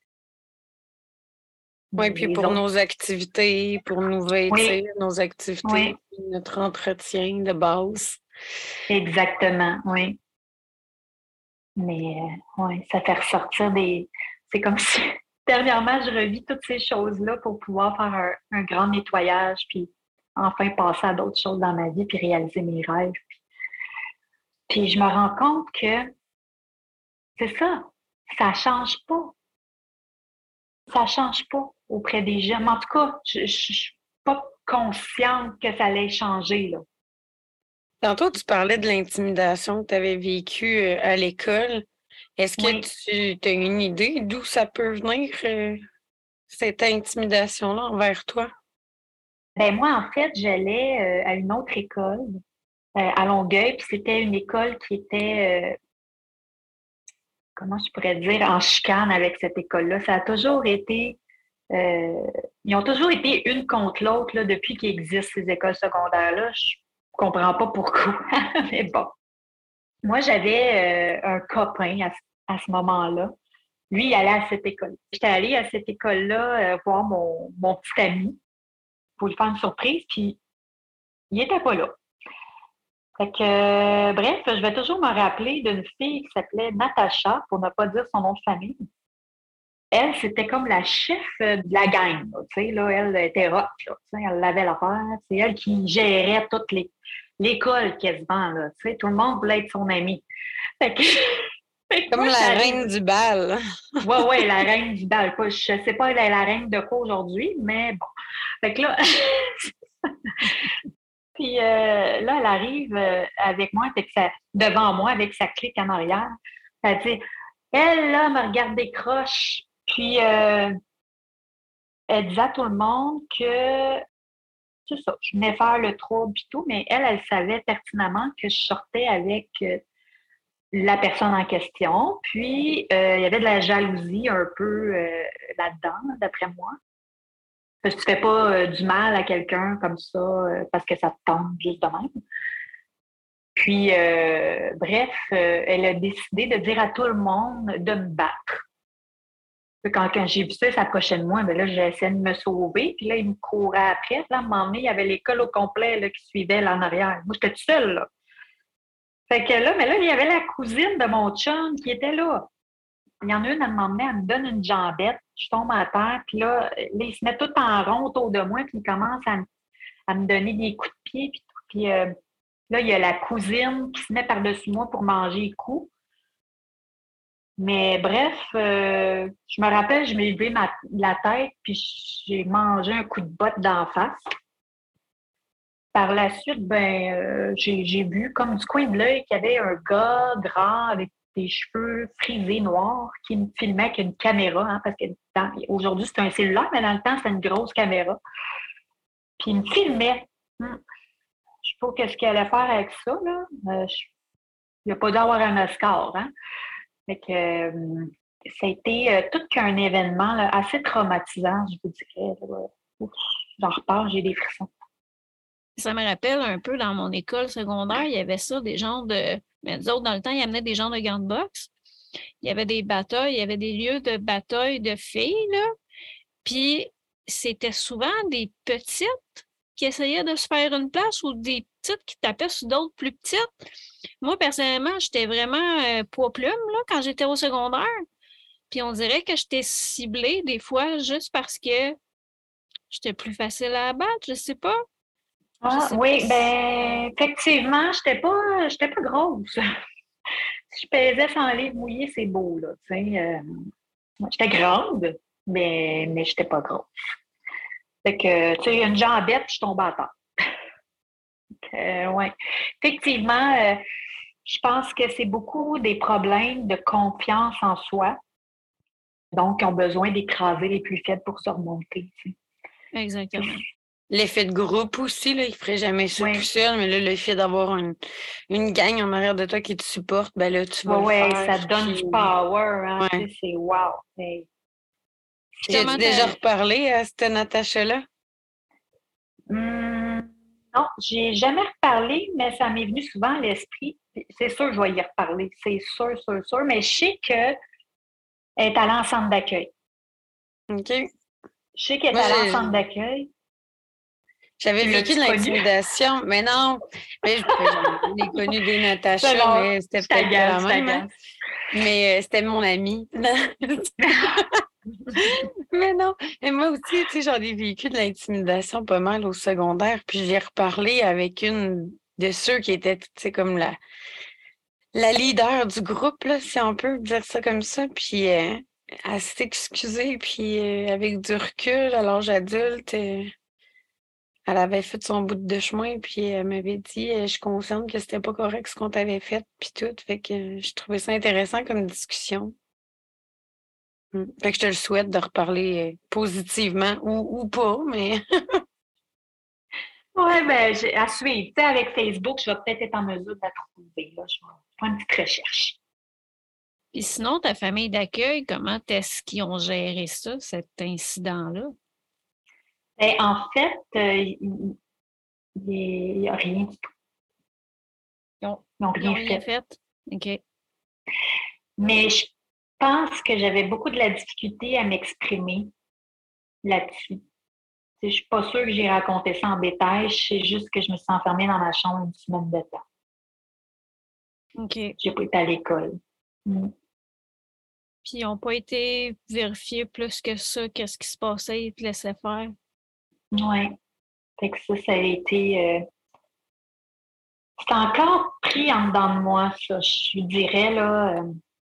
Oui, puis Les pour autres... nos activités, pour nous vêtir, oui. nos activités, oui. notre entretien de base. Exactement, oui. Mais euh, oui, ça fait ressortir des... C'est comme si, dernièrement, je revis toutes ces choses-là pour pouvoir faire un, un grand nettoyage, puis enfin passer à d'autres choses dans ma vie, puis réaliser mes rêves. Puis, puis je me rends compte que c'est ça, ça change pas. Ça change pas auprès des jeunes. En tout cas, je ne suis pas consciente que ça allait changer, là. Tantôt, tu parlais de l'intimidation que tu avais vécue à l'école. Est-ce que oui. tu as une idée d'où ça peut venir, euh, cette intimidation-là envers toi? Ben moi, en fait, j'allais euh, à une autre école euh, à Longueuil, puis c'était une école qui était, euh, comment je pourrais dire, en chicane avec cette école-là. Ça a toujours été, euh, ils ont toujours été une contre l'autre là, depuis qu'il existe ces écoles secondaires-là. Je comprends pas pourquoi, mais bon. Moi, j'avais euh, un copain à, à ce moment-là. Lui, il allait à cette école. J'étais allée à cette école-là euh, voir mon, mon petit ami pour lui faire une surprise, puis il n'était pas là. Fait que, euh, bref, je vais toujours me rappeler d'une fille qui s'appelait Natacha, pour ne pas dire son nom de famille. Elle, c'était comme la chef de la gang. Là, tu sais, là, elle était rock. Là, tu sais, elle avait l'affaire. C'est elle qui gérait toute les, l'école quasiment. Là, tu sais, tout le monde voulait être son amie. Fait que, fait que comme moi, la j'arrive... reine du bal. Oui, oui, la reine du bal. Je ne sais pas elle est la reine de quoi aujourd'hui, mais bon. Fait que là... Puis euh, là, elle arrive euh, avec moi, avec sa, devant moi, avec sa clique en arrière. Elle dit, elle, là, me regarde des croches. Puis, euh, elle disait à tout le monde que, c'est ça, je venais faire le trouble et tout, mais elle, elle savait pertinemment que je sortais avec euh, la personne en question. Puis, euh, il y avait de la jalousie un peu euh, là-dedans, d'après moi. Parce que tu ne fais pas euh, du mal à quelqu'un comme ça euh, parce que ça te tente juste de même. Puis, euh, bref, euh, elle a décidé de dire à tout le monde de me battre. Quand, quand j'ai vu ça, il s'approchait de moi, mais là, j'essayais de me sauver. Puis là, il me courait après. Puis là, à un moment donné, il y avait l'école au complet là, qui suivait là en arrière. Moi, j'étais toute seule, là. Fait que là, mais là, il y avait la cousine de mon chum qui était là. Il y en a une, elle m'emmenait, elle me donne une jambette. Je tombe à terre. Puis là, là, il se met tout en rond autour de moi. Puis il commence à, à me donner des coups de pied. Puis, puis euh, là, il y a la cousine qui se met par-dessus moi pour manger les coups. Mais bref, euh, je me rappelle, je m'ai levé ma, la tête puis j'ai mangé un coup de botte d'en face. Par la suite, ben, euh, j'ai, j'ai vu comme du coin de l'œil qu'il y avait un gars grand avec des cheveux frisés noirs qui me filmait avec une caméra, hein, parce que dans, aujourd'hui c'est un cellulaire, mais dans le temps c'était une grosse caméra. Puis il me filmait. Hum. Je sais pas qu'est-ce qu'il allait faire avec ça, là. Euh, je, il n'a pas dû avoir un Oscar, hein. Fait que euh, ça a été euh, tout qu'un événement là, assez traumatisant, je vous dirais. Ouf, j'en repars, j'ai des frissons. Ça me rappelle un peu dans mon école secondaire, il y avait ça, des genres de. Mais nous autres, dans le temps, ils amenaient des genres de gants de boxe. Il y avait des batailles, il y avait des lieux de bataille de filles, là. Puis c'était souvent des petites qui essayaient de se faire une place ou des petites qui tapaient sur d'autres plus petites. Moi, personnellement, j'étais vraiment euh, poids plume là, quand j'étais au secondaire. Puis on dirait que j'étais ciblée des fois juste parce que j'étais plus facile à abattre, je sais pas. Ah, oui, bien, effectivement, j'étais pas, j'étais pas grosse. Si je pesais cent livres mouillés, c'est beau, là, tu sais. Euh, j'étais grande, mais, mais j'étais pas grosse. Fait que, tu sais, une jambette, je tombais à terre. Euh, ouais. Effectivement, euh, je pense que c'est beaucoup des problèmes de confiance en soi. Donc, ils ont besoin d'écraser les plus faibles pour se remonter. Tu sais. Exactement. L'effet de groupe aussi, là, il ne ferait jamais ça oui. tout seul, mais là, l'effet d'avoir une, une gang en arrière de toi qui te supporte, ben là, tu vas ouais, le ouais, faire. ça te donne puis... du power, hein, ouais. tu sais, c'est wow. C'est... Puis J'ai comment déjà t'as- reparlé à cette Natacha-là? Hum, non, j'ai jamais reparlé, mais ça m'est venu souvent à l'esprit. C'est sûr que je vais y reparler, c'est sûr, sûr, sûr. Mais je sais qu'elle est allée en centre d'accueil. OK. Je sais qu'elle est Moi, allée en j'ai- centre d'accueil. j'avais Tu vécu l'as-tu de connue? l'intimidation, mais non. Mais je ben, j'en ai connu des C'est Natacha, bon, mais c'était je peut-être pas la t'agace, je même, hein. t'agace. Mais euh, c'était mon ami. Mais non. Et moi aussi, tu sais, j'en ai vécu de l'intimidation pas mal au secondaire. Puis j'ai reparlé avec une de ceux qui étaient, tu sais, comme la, la leader du groupe, là, si on peut dire ça comme ça. Puis euh, elle s'est excusée, puis euh, avec du recul, à l'âge adulte, euh, elle avait fait son bout de chemin, puis elle m'avait dit, euh, je suis consciente que c'était pas correct ce qu'on t'avait fait, puis tout. Fait que euh, je trouvais ça intéressant comme discussion. Mm. Fait que je te le souhaite de reparler euh, positivement ou, ou pas, mais Oui, ben, j'ai- à suivre. Tu sais, avec Facebook, je vais peut-être être en mesure de la trouver. Là. Je vais faire une petite recherche. Puis sinon, ta famille d'accueil, comment est-ce qu'ils ont géré ça, cet incident-là? Ben, en fait, euh, il n'y a rien du tout. Ils ont, Ils n'ont ils ont rien rien fait. fait? OK. Mais je pense que j'avais beaucoup de la difficulté à m'exprimer là-dessus. Tu sais, je suis pas sûre que j'ai raconté ça en détail. Je sais juste que je me suis enfermée dans ma chambre une semaine de temps. OK. J'ai pas été à l'école. Mm. Puis ils n'ont pas été vérifiés plus que ça, qu'est-ce qui se passait, ils te laissaient faire. Ouais. Fait que ça, ça a été. euh, C'est encore pris en dedans de moi, ça, je dirais, là. euh,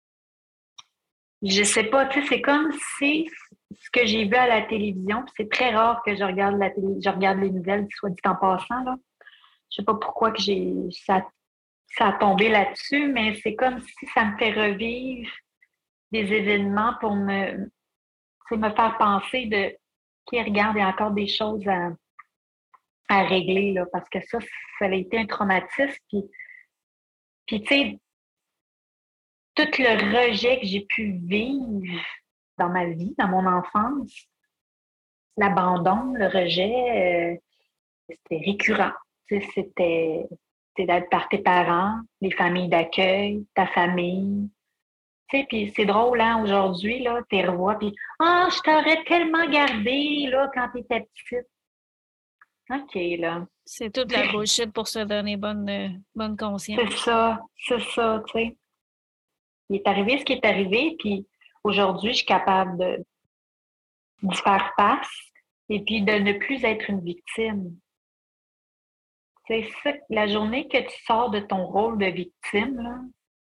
Je sais pas, tu sais, c'est comme si ce que j'ai vu à la télévision, puis c'est très rare que je regarde la télé, je regarde les nouvelles, soit dit en passant, là. Je sais pas pourquoi que j'ai ça, ça a tombé là-dessus, mais c'est comme si ça me fait revivre des événements pour me, tu sais, me faire penser de qui regarde, il y a encore des choses à, à régler, là, parce que ça, ça a été un traumatisme. Puis, puis tu sais, tout le rejet que j'ai pu vivre dans ma vie, dans mon enfance, l'abandon, le rejet, euh, c'était récurrent. Tu sais, c'était c'était d'être par tes parents, les familles d'accueil, ta famille. Tu sais, puis c'est drôle, hein, aujourd'hui, là, tu les revois, puis « Ah, je t'aurais tellement gardé, là, quand tu étais petite. » OK, là. C'est toute la bullshit pour se donner bonne, euh, bonne conscience. C'est ça, c'est ça, tu sais. Il est arrivé ce qui est arrivé, puis aujourd'hui, je suis capable de d'y faire face et puis de ne plus être une victime. C'est ça, la journée que tu sors de ton rôle de victime, là,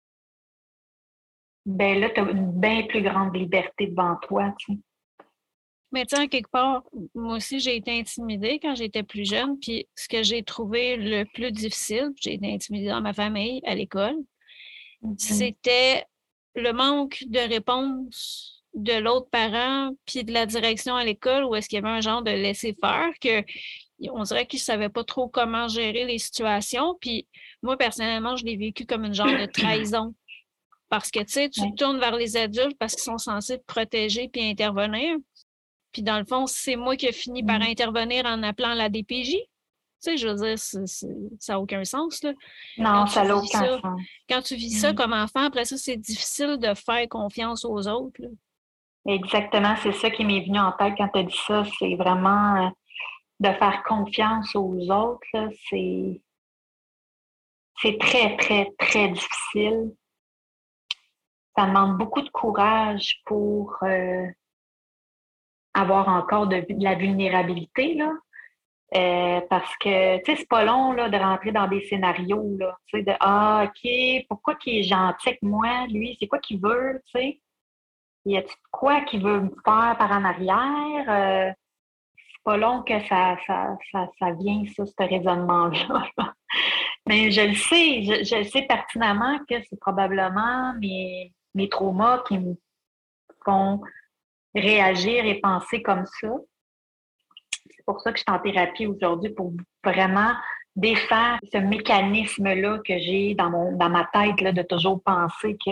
ben là, tu as une bien plus grande liberté devant toi, tu sais. Mais tu sais, en quelque part, moi aussi, j'ai été intimidée quand j'étais plus jeune. Puis ce que j'ai trouvé le plus difficile, j'ai été intimidée dans ma famille, à l'école, Mhm. c'était le manque de réponse de l'autre parent, puis de la direction à l'école, où est-ce qu'il y avait un genre de laisser-faire, que on dirait qu'ils ne savaient pas trop comment gérer les situations. Puis moi, personnellement, je l'ai vécu comme une genre de trahison. Parce que, tu sais, tu te Ouais. tournes vers les adultes parce qu'ils sont censés te protéger puis intervenir. Puis dans le fond, c'est moi qui ai fini par Mhm. intervenir en appelant la D P J. Tu sais, je veux dire, c'est- c'est- ça n'a aucun sens, là. Quand Non, tu ça n'a vis aucun ça, sens. quand tu vis ça Mhm. comme enfant, après ça, c'est difficile de faire confiance aux autres, là. Exactement, c'est ça qui m'est venu en tête quand tu as dit ça. C'est vraiment euh, de faire confiance aux autres, là, c'est, c'est très, très, très difficile. Ça demande beaucoup de courage pour euh, avoir encore de, de la vulnérabilité, là. Euh, parce que, tu sais, c'est pas long, là, de rentrer dans des scénarios, là. Tu sais, de Ah, OK, pourquoi qu'il est gentil avec moi, lui? C'est quoi qu'il veut, tu sais? Y a-t-il quoi qu'il veut me faire par en arrière? Euh, c'est pas long que ça, ça, ça, ça vient, ça, ce raisonnement-là. Mais je le sais, je, je le sais pertinemment que c'est probablement mes, mes traumas qui me font réagir et penser comme ça. C'est pour ça que je suis en thérapie aujourd'hui, pour vraiment défaire ce mécanisme-là que j'ai dans, mon, dans ma tête là, de toujours penser que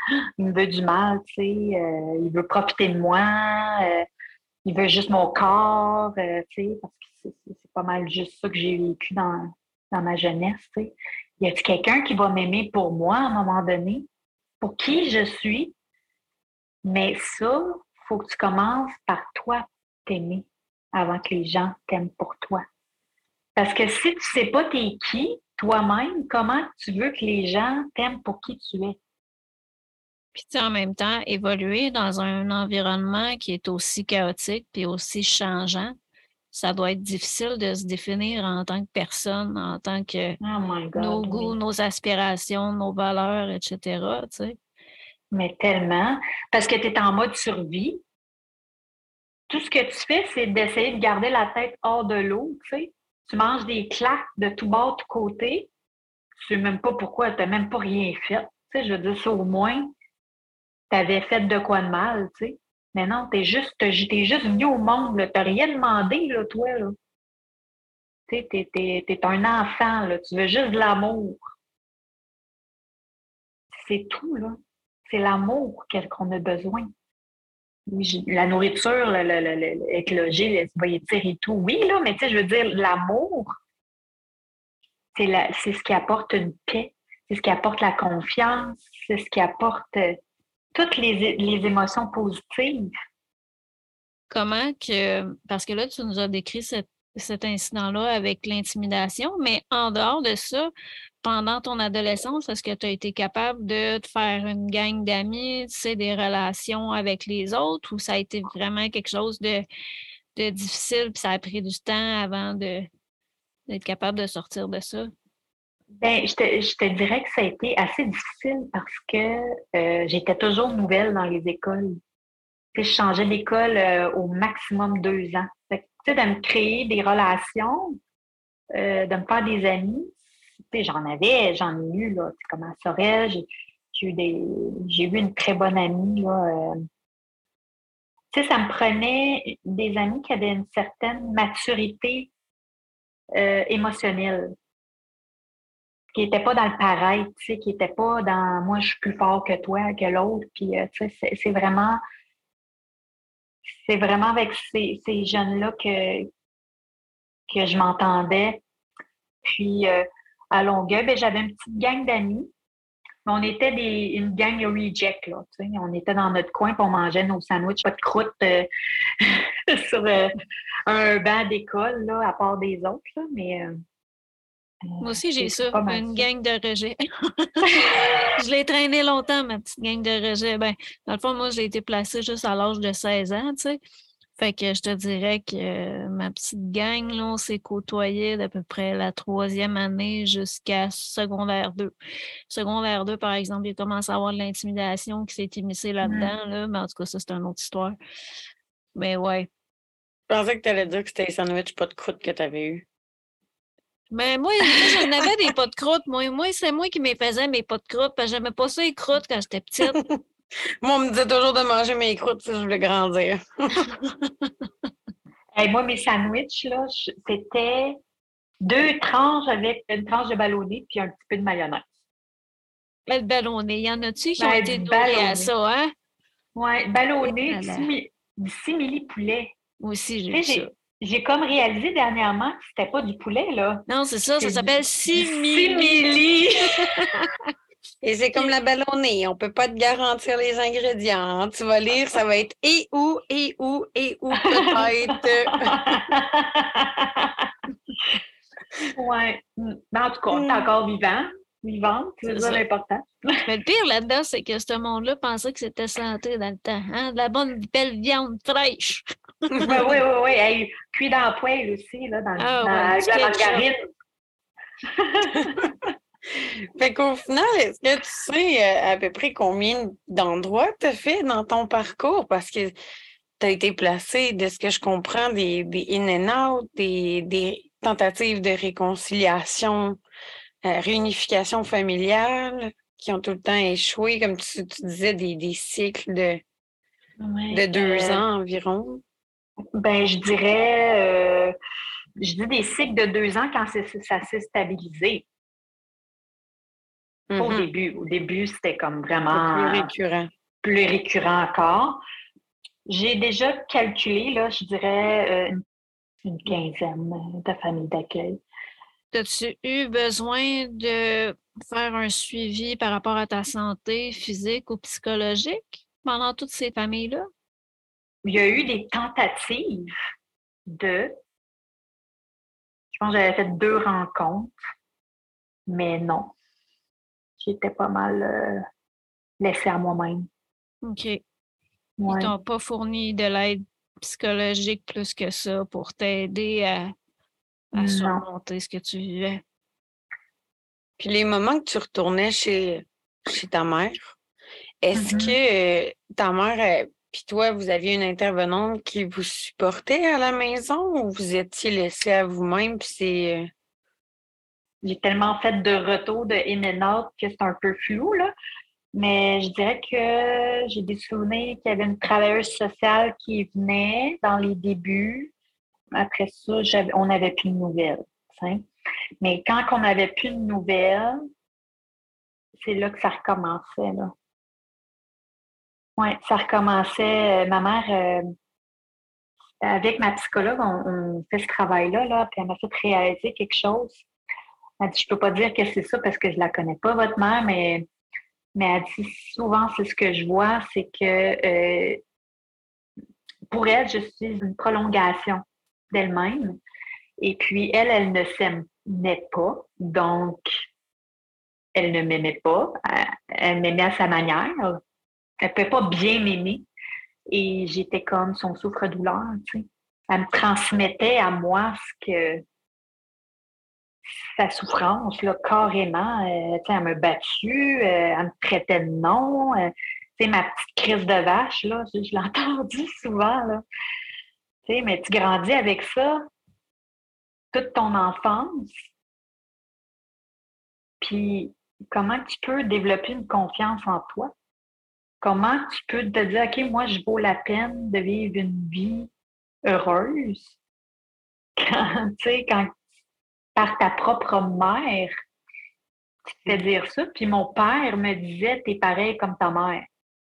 il me veut du mal, tu sais, euh, il veut profiter de moi, euh, il veut juste mon corps, euh, tu sais, parce que c'est, c'est, c'est pas mal juste ça que j'ai vécu dans, dans ma jeunesse, tu sais. Y a-t-il quelqu'un qui va m'aimer pour moi à un moment donné, pour qui je suis? Mais ça, il faut que tu commences par toi t'aimer avant que les gens t'aiment pour toi. Parce que si tu ne sais pas t'es qui, toi-même, comment tu veux que les gens t'aiment pour qui tu es? Puis, tu sais, en même temps, évoluer dans un environnement qui est aussi chaotique puis aussi changeant, ça doit être difficile de se définir en tant que personne, en tant que Oh my nos God, goûts, oui. nos aspirations, nos valeurs, et cetera, tu sais. Mais tellement. Parce que tu es en mode survie. Tout ce que tu fais, c'est d'essayer de garder la tête hors de l'eau, tu sais. Tu manges des claques de tout bord, de tout côté. Tu ne sais même pas pourquoi, tu n'as même pas rien fait. Tu sais, je veux dire, ça au moins, tu avais fait de quoi de mal, tu sais. Mais non, tu es juste, t'es juste venu au monde, tu n'as rien demandé, là, toi, là. Tu sais, t'es, t'es, t'es un enfant, là. Tu veux juste de l'amour. C'est tout, là. C'est l'amour qu'on a besoin. La nourriture, le, le, le, le, avec le logis, le voyez-dire et tout, oui, là, mais tu sais, je veux dire, l'amour, c'est, la, c'est ce qui apporte une paix, c'est ce qui apporte la confiance, c'est ce qui apporte euh, toutes les, les émotions positives. Comment que, parce que là, tu nous as décrit cet, cet incident-là avec l'intimidation, mais en dehors de ça, pendant ton adolescence, est-ce que tu as été capable de te faire une gang d'amis, tu sais, des relations avec les autres, ou ça a été vraiment quelque chose de, de difficile, puis ça a pris du temps avant de, d'être capable de sortir de ça? Ben, je te, je te dirais que ça a été assez difficile parce que euh, j'étais toujours nouvelle dans les écoles. Tu sais, je changeais d'école euh, au maximum deux ans. Fait que, tu sais, de me créer des relations, euh, de me faire des amis, tu sais, j'en avais, j'en ai eu, là, tu sais, comme à Sorel, j'ai, j'ai eu des, j'ai eu une très bonne amie, là. euh. Tu sais, ça me prenait des amis qui avaient une certaine maturité euh, émotionnelle, qui n'étaient pas dans le pareil, tu sais, qui n'étaient pas dans moi, je suis plus fort que toi, que l'autre. Puis, euh, tu sais, c'est, c'est vraiment, c'est vraiment avec ces, ces jeunes-là que, que je m'entendais. Puis, euh, à Longueuil, ben, j'avais une petite gang d'amis. Mais on était des, une gang reject, là. Tu sais. On était dans notre coin, puis on mangeait nos sandwichs, pas de croûte euh, sur euh, un banc d'école, là, à part des autres. Là. Mais euh, Moi aussi, j'ai c'est, c'est ça, pas mal une ça. gang de rejet. Je l'ai traîné longtemps, ma petite gang de rejet. Ben, dans le fond, moi, j'ai été placée juste à l'âge de seize ans, tu sais. Fait que je te dirais que euh, ma petite gang, là, on s'est côtoyé d'à peu près la troisième année jusqu'à secondaire deux. Secondaire deux, par exemple, il commence à avoir de l'intimidation qui s'est immiscée Mm. là-dedans, là, mais en tout cas, ça, c'est une autre histoire. Mais ouais. Je pensais que tu allais dire que c'était les sandwichs pas de croûte que tu avais eu. Mais moi, moi j'en avais des pots de croûte. Moi, moi c'est moi qui me faisais mes pots de croûte parce que j'aimais pas ça, les croûtes, quand j'étais petite. Moi, on me disait toujours de manger mes croûtes si je voulais grandir. Hey, moi, mes sandwichs, là, je- c'était deux tranches avec une tranche de ballonné puis un petit peu de mayonnaise. Le ballonné, il y en a-tu qui ont Ben, été du dorés à ballonné. ça, hein? Ouais, Et ballonné, du voilà. simili, du simili-poulet. Moi aussi, j'ai Tu vu sais, ça. j'ai, j'ai comme réalisé dernièrement que c'était pas du poulet, là. Non, c'est ça, ça C'est du, s'appelle du simili. simili. Et c'est comme la ballonnée, on peut pas te garantir les ingrédients. Tu vas lire, ça va être et où, et où, et où peut-être. Ouais. Mm. Mais en tout cas, on est Hmm. encore vivant, vivante, c'est C'est ça ça. l'important. Mais le pire là-dedans, c'est que ce monde-là pensait que c'était santé dans le temps. Hein? De la bonne belle viande fraîche. Oui, oui, oui, oui. Hey, cuit dans la poêle aussi, là, dans, Ah dans, ouais, avec du la ketchup. margarine. Fait qu'au final, est-ce que tu sais euh, à peu près combien d'endroits tu as fait dans ton parcours? Parce que tu as été placé, de ce que je comprends, des, des in and out, des, des tentatives de réconciliation, euh, réunification familiale qui ont tout le temps échoué, comme tu, tu disais, des, des cycles de, de Ouais, deux euh, ans environ. ben, je dirais, euh, je dis des cycles de deux ans quand c'est- ça s'est stabilisé. Pas au Mhm. début. Au début, c'était comme C'est plus vraiment récurrent. plus récurrent encore. J'ai déjà calculé, là, je dirais, euh, une une quinzaine de familles d'accueil. As-tu eu besoin de faire un suivi par rapport à ta santé physique ou psychologique pendant toutes ces familles-là? Il y a eu des tentatives de, je pense que j'avais fait deux rencontres, mais non. J'étais pas mal euh, laissée à moi-même. OK. Ils Ouais. t'ont pas fourni de l'aide psychologique plus que ça pour t'aider à, à Non. surmonter ce que tu vivais. Puis les moments que tu retournais chez, chez ta mère, est-ce Mhm. que euh, ta mère, euh, puis toi, vous aviez une intervenante qui vous supportait à la maison ou vous étiez laissé à vous-même? Puis c'est. euh, J'ai tellement fait de retours de in and out que c'est un peu flou, là. Mais je dirais que j'ai des souvenirs qu'il y avait une travailleuse sociale qui venait dans les débuts. Après ça, j'avais- on n'avait plus de nouvelles. T'sais. Mais quand on n'avait plus de nouvelles, c'est là que ça recommençait. Là. Oui, ça recommençait. Euh, Ma mère, euh, avec ma psychologue, on, on fait ce travail-là, là, puis elle m'a fait réaliser quelque chose. Elle dit, je peux pas dire que c'est ça parce que je la connais pas, votre mère, mais, mais elle dit souvent, c'est ce que je vois, c'est que euh, pour elle, je suis une prolongation d'elle-même. Et puis, elle, elle ne s'aimait pas. Donc, elle ne m'aimait pas. Elle, elle m'aimait à sa manière. Elle ne pouvait pas bien m'aimer. Et j'étais comme son souffre-douleur, tu sais. Elle me transmettait à moi ce que sa souffrance, là, carrément. Euh, tu sais, elle m'a battue, euh, elle me traitait de nom. Euh, tu sais, ma petite crise de vache, là, je, je l'ai entendu souvent, là. Tu sais, mais tu grandis avec ça toute ton enfance. Puis, comment tu peux développer une confiance en toi? Comment tu peux te dire, OK, moi, je vaux la peine de vivre une vie heureuse quand, tu sais, quand par ta propre mère, tu te fais dire ça. Puis mon père me disait, t'es pareil comme ta mère.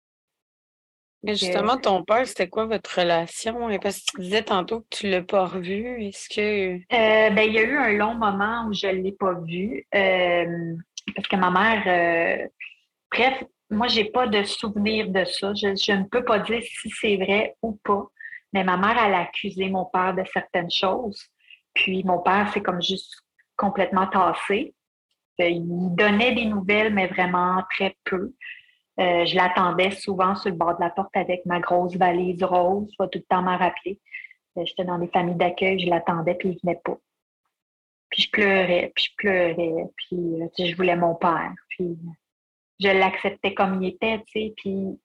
Mais Que, justement, ton père, c'était quoi votre relation? Et parce que tu disais tantôt que tu ne l'as pas revu. Est-ce que. euh, ben, il y a eu un long moment où je ne l'ai pas vu euh, parce que ma mère, euh, bref, moi, j'ai pas de souvenir de ça. Je, je ne peux pas dire si c'est vrai ou pas. Mais ma mère, elle a accusé mon père de certaines choses. Puis mon père, c'est comme juste complètement tassé. Euh, Il donnait des nouvelles, mais vraiment très peu. Euh, je l'attendais souvent sur le bord de la porte avec ma grosse valise rose. Je vais tout le temps m'en rappeler. Euh, J'étais dans des familles d'accueil, je l'attendais, puis il venait pas. Puis je pleurais, puis je pleurais, puis euh, tu sais, je voulais mon père. Puis je l'acceptais comme il était, tu sais, puis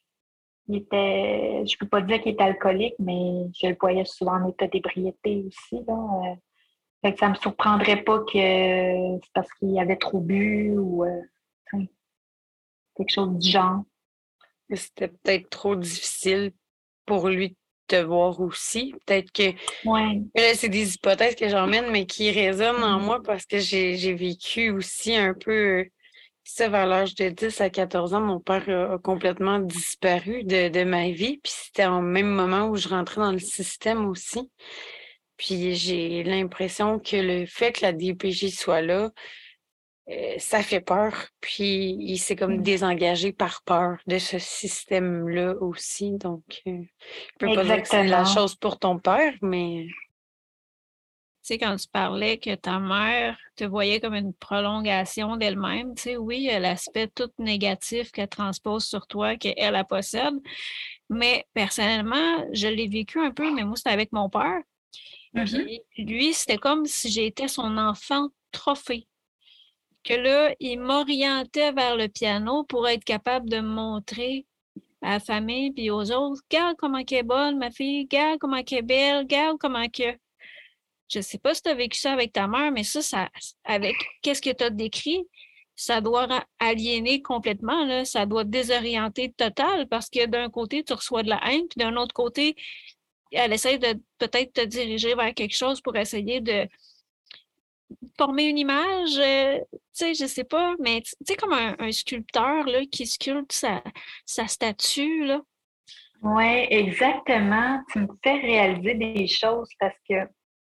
il était, je peux pas dire qu'il était alcoolique, mais je le voyais souvent en état d'ébriété aussi, là. Euh, fait que ça me surprendrait pas que c'est parce qu'il avait trop bu ou euh, tu sais, quelque chose du genre. C'était peut-être trop difficile pour lui de te voir aussi. Peut-être que Ouais. là, c'est des hypothèses que j'emmène, mais qui résonnent en Mhm. moi parce que j'ai j'ai vécu aussi un peu euh, ça vers l'âge de dix à quatorze ans. Mon père a, a complètement disparu de, de ma vie. Puis c'était au même moment où je rentrais dans le système aussi. Puis j'ai l'impression que le fait que la D P J soit là, euh, ça fait peur. Puis il s'est comme désengagé par peur de ce système-là aussi. Donc, euh, je peux pas dire que c'est la Exactement. chose pour ton père, mais Tu sais, quand tu parlais que ta mère te voyait comme une prolongation d'elle-même, tu sais, oui, il y a l'aspect tout négatif qu'elle transpose sur toi, qu'elle, elle possède. Mais personnellement, je l'ai vécu un peu, mais moi, c'était avec mon père. Mhm. Puis lui, c'était comme si j'étais son enfant trophée. Que là, il m'orientait vers le piano pour être capable de me montrer à la famille puis aux autres, regarde comment elle est bonne, ma fille, regarde comment elle est belle, regarde comment que. Je sais pas si tu as vécu ça avec ta mère, mais ça, ça avec qu'est-ce que tu as décrit, ça doit aliéner complètement, là. Ça doit désorienter total parce que d'un côté, tu reçois de la haine, puis d'un autre côté, elle essaie de peut-être te diriger vers quelque chose pour essayer de, former une image, euh, tu sais, je sais pas, mais tu sais, comme un, un sculpteur là, qui sculpte sa, sa statue, là. Oui, exactement. Tu me fais réaliser des choses parce que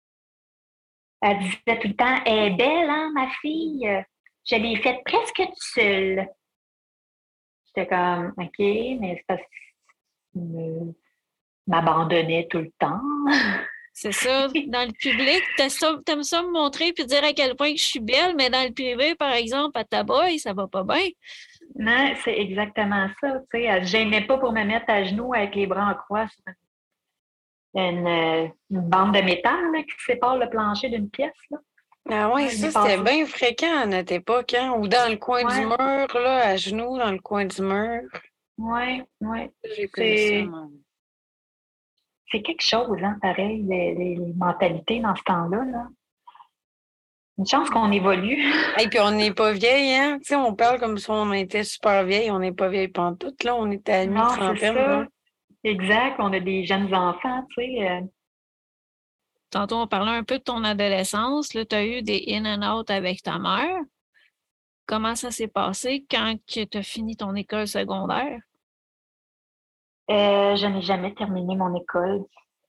elle disait tout le temps, elle est belle, hein, ma fille? Je l'ai faite presque toute seule. J'étais comme, OK, mais c'est parce qu'il me- m'abandonnait tout le temps. C'est ça. Dans le public, t'aimes ça, t'aimes ça me montrer puis dire à quel point que je suis belle, mais dans le privé, par exemple, à ta boy, ça va pas bien. Non, c'est exactement ça. Tu sais, elle ne gênait pas pour me mettre à genoux avec les bras en croix sur une, une- une bande de métal là, qui sépare le plancher d'une pièce. Là. Ah ouais, Ouais, je l'ai ça, c'était passé. bien fréquent à notre époque, hein? Ou dans le coin du Ouais, mur, là, à genoux, dans le coin du mur. ouais, ouais. J'ai connu ça, C'est, moi. c'est quelque chose, hein, pareil, les, les- les mentalités dans ce temps-là. Là. Une chance qu'on évolue. Et puis on n'est pas vieille, hein? Tu sais, on parle comme si on était super vieille. On n'est pas vieille pantoute, là. On était à Non, c'est mi-trentaine, là. ça. Exact. On a des jeunes enfants, tu sais. euh, Tantôt, on parlait un peu de ton adolescence. Tu as eu des in and out avec ta mère. Comment ça s'est passé quand tu as fini ton école secondaire? euh, je n'ai jamais terminé mon école.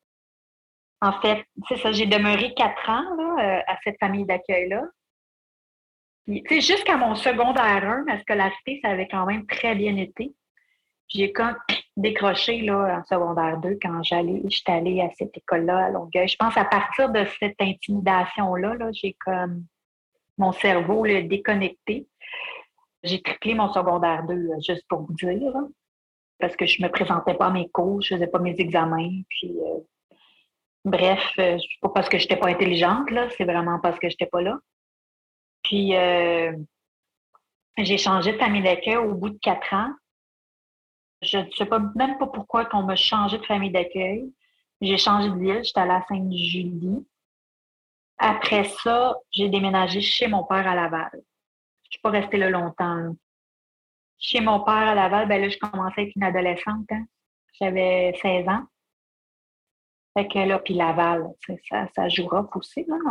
En fait, c'est ça, j'ai demeuré quatre ans là, euh, à cette famille d'accueil-là. Puis, tu sais, jusqu'à mon secondaire un, ma scolarité, ça avait quand même très bien été. J'ai comme décroché là, en secondaire deux quand j'allais, j'étais allée à cette école-là à Longueuil. Je pense à partir de cette intimidation-là, là, j'ai comme mon cerveau là, déconnecté. J'ai triplé mon secondaire deux, euh, juste pour vous dire, là, parce que je me présentais pas à mes cours, je faisais pas mes examens. Puis, euh, bref, euh, c'est pas parce que je n'étais pas intelligente, là, c'est vraiment parce que je n'étais pas là. Puis, euh, j'ai changé de famille d'accueil au bout de quatre ans. Je ne sais pas, même pas pourquoi qu'on m'a changé de famille d'accueil. J'ai changé de ville, j'étais allée à Sainte-Julie. Après ça, j'ai déménagé chez mon père à Laval. Je ne suis pas restée là longtemps. Là. Chez mon père à Laval, ben là, je commençais à être une adolescente. Hein. J'avais seize ans. Fait que là, puis Laval, ça, ça jouera aussi. Là.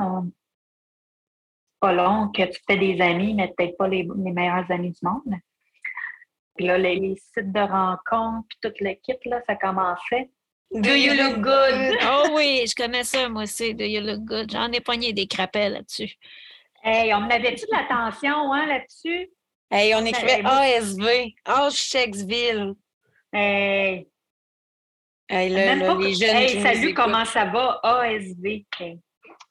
Pas long que tu fais des amis, mais peut-être pas les, les meilleurs amis du monde. Puis là, les, les sites de rencontres, puis toute l'équipe, là, ça commençait. Do you look good? Oh oui, je connais ça, moi aussi, Do You Look Good. J'en ai pogné des crapets là-dessus. Hey, on avait-tu de l'attention hein, là-dessus? Hey, on écrivait Hey, moi, A S V, Auschwitzville. hey, Hey, là, même là, pas. les jeunes Hey, qui nous salut, écoutent. comment ça va? A S V. Hey.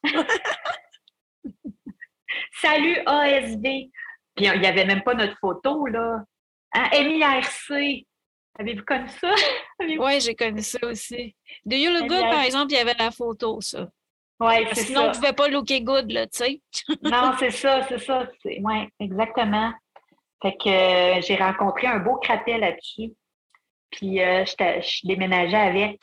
Salut, A S V. Puis il n'y avait même pas notre photo, là. Hein, M I R C. Avez-vous connu ça? Oui, j'ai connu ça aussi. Do You Look Good, par exemple, il y avait la photo, ça. Oui, Parce c'est que sinon, on ne ça. pouvait pas looker good, là, tu sais. Non, c'est ça, c'est ça. Oui, exactement. Fait que euh, j'ai rencontré un beau crapet là-dessus. Puis euh, je déménageais avec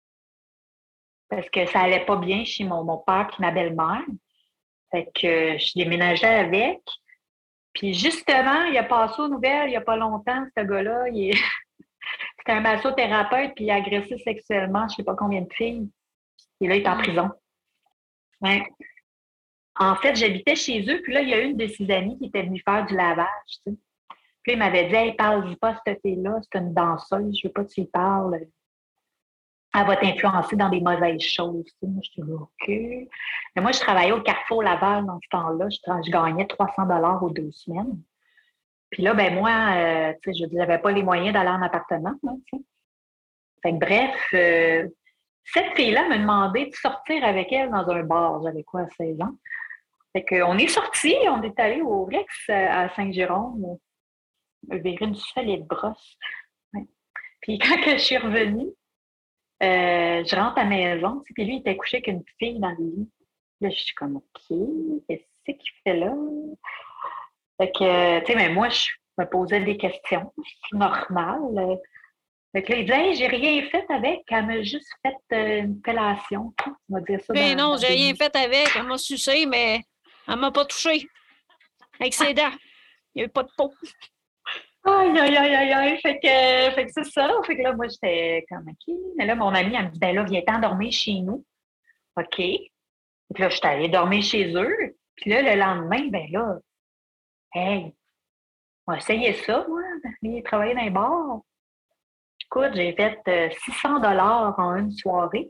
parce que ça allait pas bien chez mon, mon père et ma belle-mère. Fait que euh, je déménageais avec. Puis justement, il a passé aux nouvelles il n'y a pas longtemps, ce gars-là. Il est... C'était un massothérapeute puis il a agressé sexuellement je ne sais pas combien de filles. Et là, il est en prison. Ouais. En fait, j'habitais chez eux, puis là, il y a une de ses amies qui était venue faire du lavage. Tu sais. Puis il m'avait dit, hey, parle-y pas à cette fille-là, c'est une danseuse, je veux pas que tu y parles. Elle va t'influencer dans des mauvaises choses. Tu sais. Moi, je dis, OK. Mais moi, je travaillais au Carrefour Laval dans ce temps-là. Je, je gagnais trois cents dollars aux deux semaines. Puis là, ben moi, euh, tu sais, je n'avais pas les moyens d'aller en appartement. Là, tu sais. Fait que, bref, euh, cette fille-là m'a demandé de sortir avec elle dans un bar. J'avais quoi, seize ans? Fait qu'on est sortis, on est allé au Rex à Saint-Jérôme, vers une solide brosse. Ouais. Puis quand que je suis revenue, euh, je rentre à la maison, puis lui, il était couché avec une fille dans le lit. Là, je suis comme, OK, qu'est-ce qu'il fait là? Fait que, tu sais, mais moi, je me posais des questions. C'est normal. Fait que là, il dit, hey, j'ai rien fait avec, elle m'a juste fait euh, une fellation. On va dire ça Ben dans, non, dans j'ai des... rien fait avec. Elle m'a sucé, mais elle m'a pas touché. Avec ses dents. Il n'y a eu pas de peau. Aïe, aïe, aïe, aïe, aïe. Fait que, fait que c'est ça. Fait que là, moi, j'étais comme, OK. Mais là, mon amie, elle me dit, ben là, viens-t'en dormir chez nous. OK. Fait que là, j'étais allée dormir chez eux. Puis là, le lendemain, ben là, hey, on va essayer ça, moi, d'aller travailler dans les bars. Écoute, j'ai fait euh, six cents dollars en une soirée.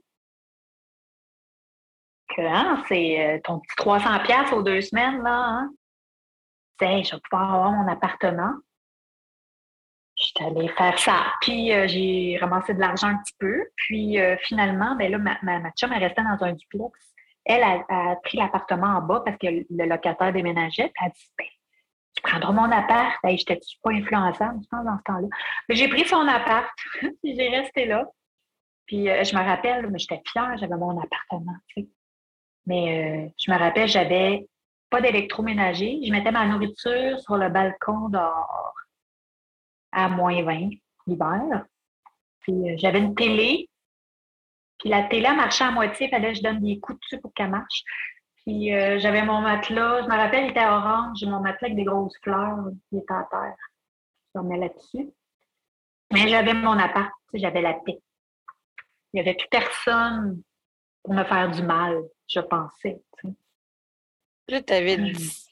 Que, hein, c'est euh, ton petit trois cents pièces aux deux semaines, là, hein? C'est, hey, je vais pouvoir avoir mon appartement. J'étais allée faire ça. Puis euh, j'ai ramassé de l'argent un petit peu. Puis euh, finalement, ben là, ma, ma, ma chum, elle restait dans un duplex. Elle a, a pris l'appartement en bas parce que le locataire déménageait. Puis elle a dit, ben, tu prendras mon appart. Hey, j'étais pas influençable, je pense, dans ce temps-là. Mais j'ai pris son appart. Puis j'ai resté là. Puis euh, je me rappelle, mais j'étais fière, j'avais mon appartement, tu sais. Mais euh, je me rappelle, j'avais pas d'électroménager. Je mettais ma nourriture sur le balcon dehors à moins vingt l'hiver. Puis euh, j'avais une télé. Puis la télé elle marchait à moitié. Il fallait que je donne des coups dessus pour qu'elle marche. Puis euh, j'avais mon matelas. Je me rappelle, il était orange. J'ai mon matelas avec des grosses fleurs. Il était à terre. Je dormais là-dessus. Mais j'avais mon appart. J'avais la paix. Il n'y avait plus personne pour me faire du mal, je pensais. T'sais. Là, tu avais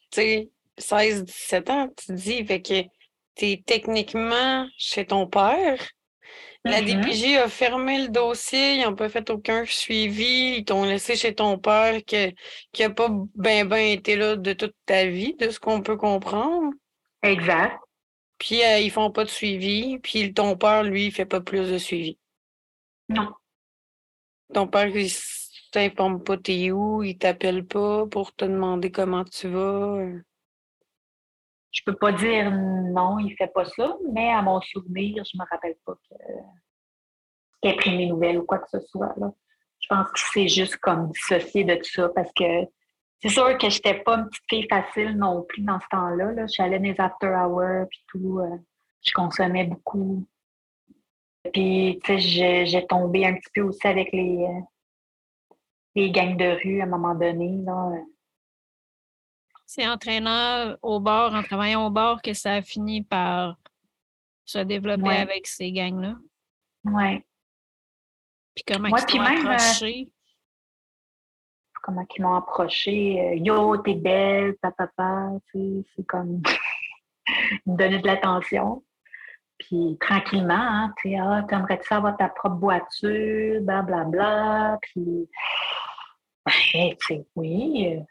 seize dix-sept ans, tu dis, fait que tu es techniquement chez ton père. La Mm-hmm. D P J a fermé le dossier, ils n'ont pas fait aucun suivi, ils t'ont laissé chez ton père que, qui n'a pas bien ben été là de toute ta vie, de ce qu'on peut comprendre. Exact. Puis euh, ils font pas de suivi, puis ton père, lui, il fait pas plus de suivi. Non. Ton père, il t'informe pas t'es où, il t'appelle pas pour te demander comment tu vas. Je peux pas dire non, il fait pas ça, mais à mon souvenir, je me rappelle pas que qu'il ait pris mes nouvelles ou quoi que ce soit. Là. Je pense que c'est juste comme dissocié de tout ça parce que c'est sûr que j'étais pas une petite fille facile non plus dans ce temps-là. Là. J'allais dans les after hours puis tout. Euh, je consommais beaucoup. Puis, tu sais, j'ai, j'ai tombé un petit peu aussi avec les, euh, les gangs de rue à un moment donné. Là. C'est en traînant au bar, en travaillant au bar, que ça a fini par se développer Ouais. avec ces gangs-là. Ouais. Puis comment Moi, ils puis t'ont même, approché? Euh, comment ils m'ont approché. Euh, Yo, t'es belle, papa, tu sais, c'est comme me donner de l'attention. Puis tranquillement, hein, tu sais, ah, t'aimerais-tu avoir ta propre voiture, blablabla. Bla, bla. Puis, ben, tu sais, oui. Euh,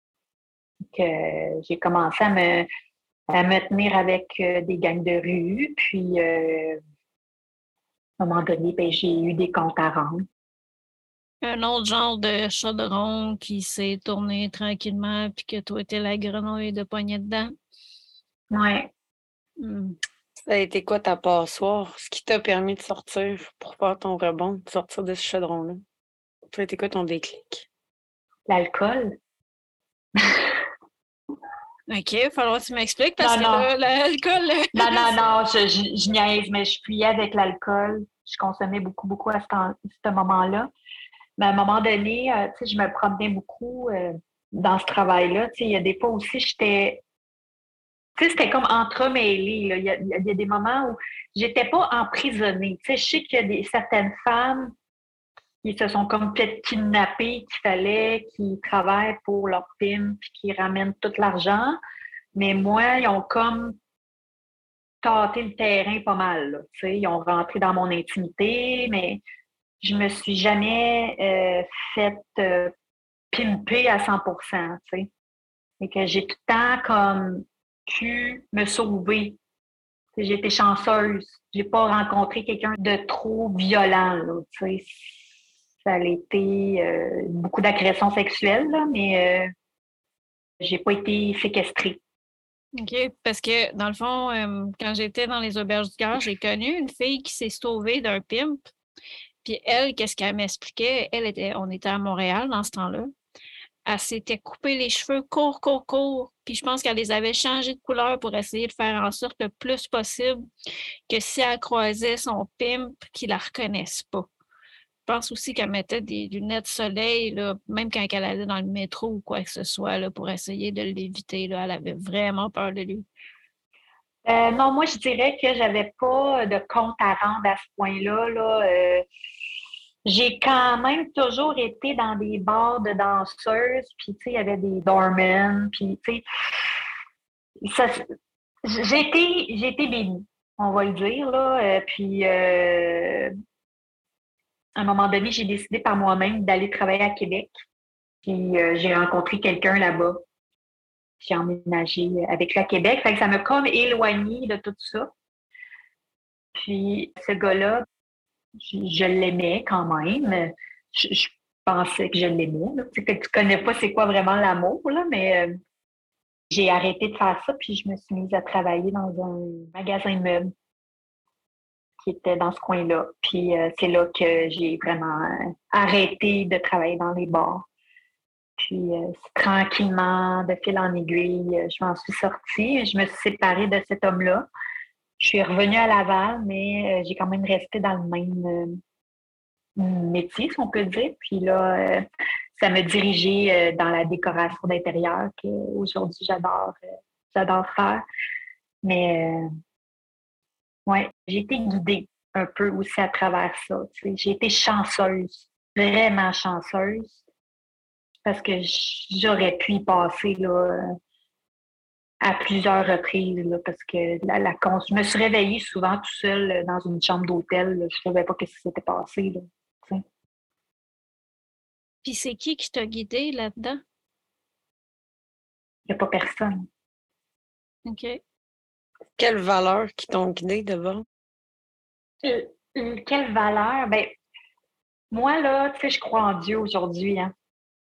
que j'ai commencé à me, à me tenir avec euh, des gangs de rue. Puis, euh, à un moment donné, ben, j'ai eu des comptes à rendre. Un autre genre de chaudron qui s'est tourné tranquillement, puis que toi, t'es la grenouille de poignée dedans. Ouais. Hmm. Ça a été quoi ta passoire? Ce qui t'a permis de sortir pour faire ton rebond, de sortir de ce chaudron-là? Ça a été quoi ton déclic? L'alcool. OK, il va falloir que tu m'expliques parce non, que non. là, l'alcool. Non, non, non, je, je, je niaise, mais je fuyais avec l'alcool. Je consommais beaucoup, beaucoup à ce, temps, ce moment-là. Mais à un moment donné, euh, tu sais, je me promenais beaucoup euh, dans ce travail-là. Tu sais, il y a des fois aussi, j'étais... Tu sais, c'était comme entremêlé. Là. Il y a, il y a des moments où j'étais pas emprisonnée. Tu sais, je sais qu'il y a des, certaines femmes qui se sont comme peut-être kidnappées, qu'il fallait qu'ils travaillent pour leur pimp puis qu'ils ramènent tout l'argent. Mais moi, ils ont comme tâté le terrain pas mal. Là, tu sais, ils ont rentré dans mon intimité, mais je me suis jamais euh, faite euh, pimper à cent pour cent. Tu sais. Et que j'ai tout le temps comme pu me sauver. Tu sais, j'ai été chanceuse. J'ai pas rencontré quelqu'un de trop violent. Là, tu sais. Ça a été euh, beaucoup d'agressions sexuelles, là, mais euh, j'ai pas été séquestrée. OK, parce que dans le fond, euh, quand j'étais dans les auberges du cœur, j'ai connu une fille qui s'est sauvée d'un pimp. Puis elle, qu'est-ce qu'elle m'expliquait? Elle était, on était à Montréal dans ce temps-là. Elle s'était coupé les cheveux court, court, court. Puis je pense qu'elle les avait changés de couleur pour essayer de faire en sorte le plus possible que si elle croisait son pimp, qu'il la reconnaisse pas. Je pense aussi qu'elle mettait des lunettes soleil, là, même quand elle allait dans le métro ou quoi que ce soit, là, pour essayer de l'éviter. Là. Elle avait vraiment peur de lui. Euh, non, moi, je dirais que j'avais pas de compte à rendre à ce point-là. Là. Euh, J'ai quand même toujours été dans des bars de danseuses, puis tu sais, il y avait des doormen, puis tu sais, ça, j'ai été, j'ai été bénie, on va le dire, là. Euh, puis, euh, à un moment donné, j'ai décidé par moi-même d'aller travailler à Québec. Puis, euh, j'ai rencontré quelqu'un là-bas. J'ai emménagé avec lui à Québec. Fait que ça m'a comme éloignée de tout ça. Puis, ce gars-là, je, je l'aimais quand même. Je, je pensais que je l'aimais. Là. Tu sais, que tu connais pas c'est quoi vraiment l'amour, là, mais euh, j'ai arrêté de faire ça. Puis, je me suis mise à travailler dans un magasin de meubles qui était dans ce coin-là. Puis euh, c'est là que j'ai vraiment euh, arrêté de travailler dans les bars. Puis euh, tranquillement, de fil en aiguille, euh, je m'en suis sortie. Je me suis séparée de cet homme-là. Je suis revenue à Laval, mais euh, j'ai quand même resté dans le même euh, métier, si on peut dire. Puis là, euh, ça m'a dirigée euh, dans la décoration d'intérieur qu'aujourd'hui j'adore, euh, j'adore faire. Mais euh, ouais, j'ai été guidée un peu aussi à travers ça. Tu sais. J'ai été chanceuse, vraiment chanceuse, parce que j'aurais pu y passer là, à plusieurs reprises, là, parce que la, la cons- je me suis réveillée souvent tout seule dans une chambre d'hôtel. Là. Je ne savais pas ce qui s'était passé. Là, tu sais. Puis c'est qui qui t'a guidé là-dedans? Il n'y a pas personne. OK. Quelles valeurs qui t'ont guidé d'abord? Euh, euh, quelle valeur? Ben, moi, là, tu sais, je crois en Dieu aujourd'hui. Hein.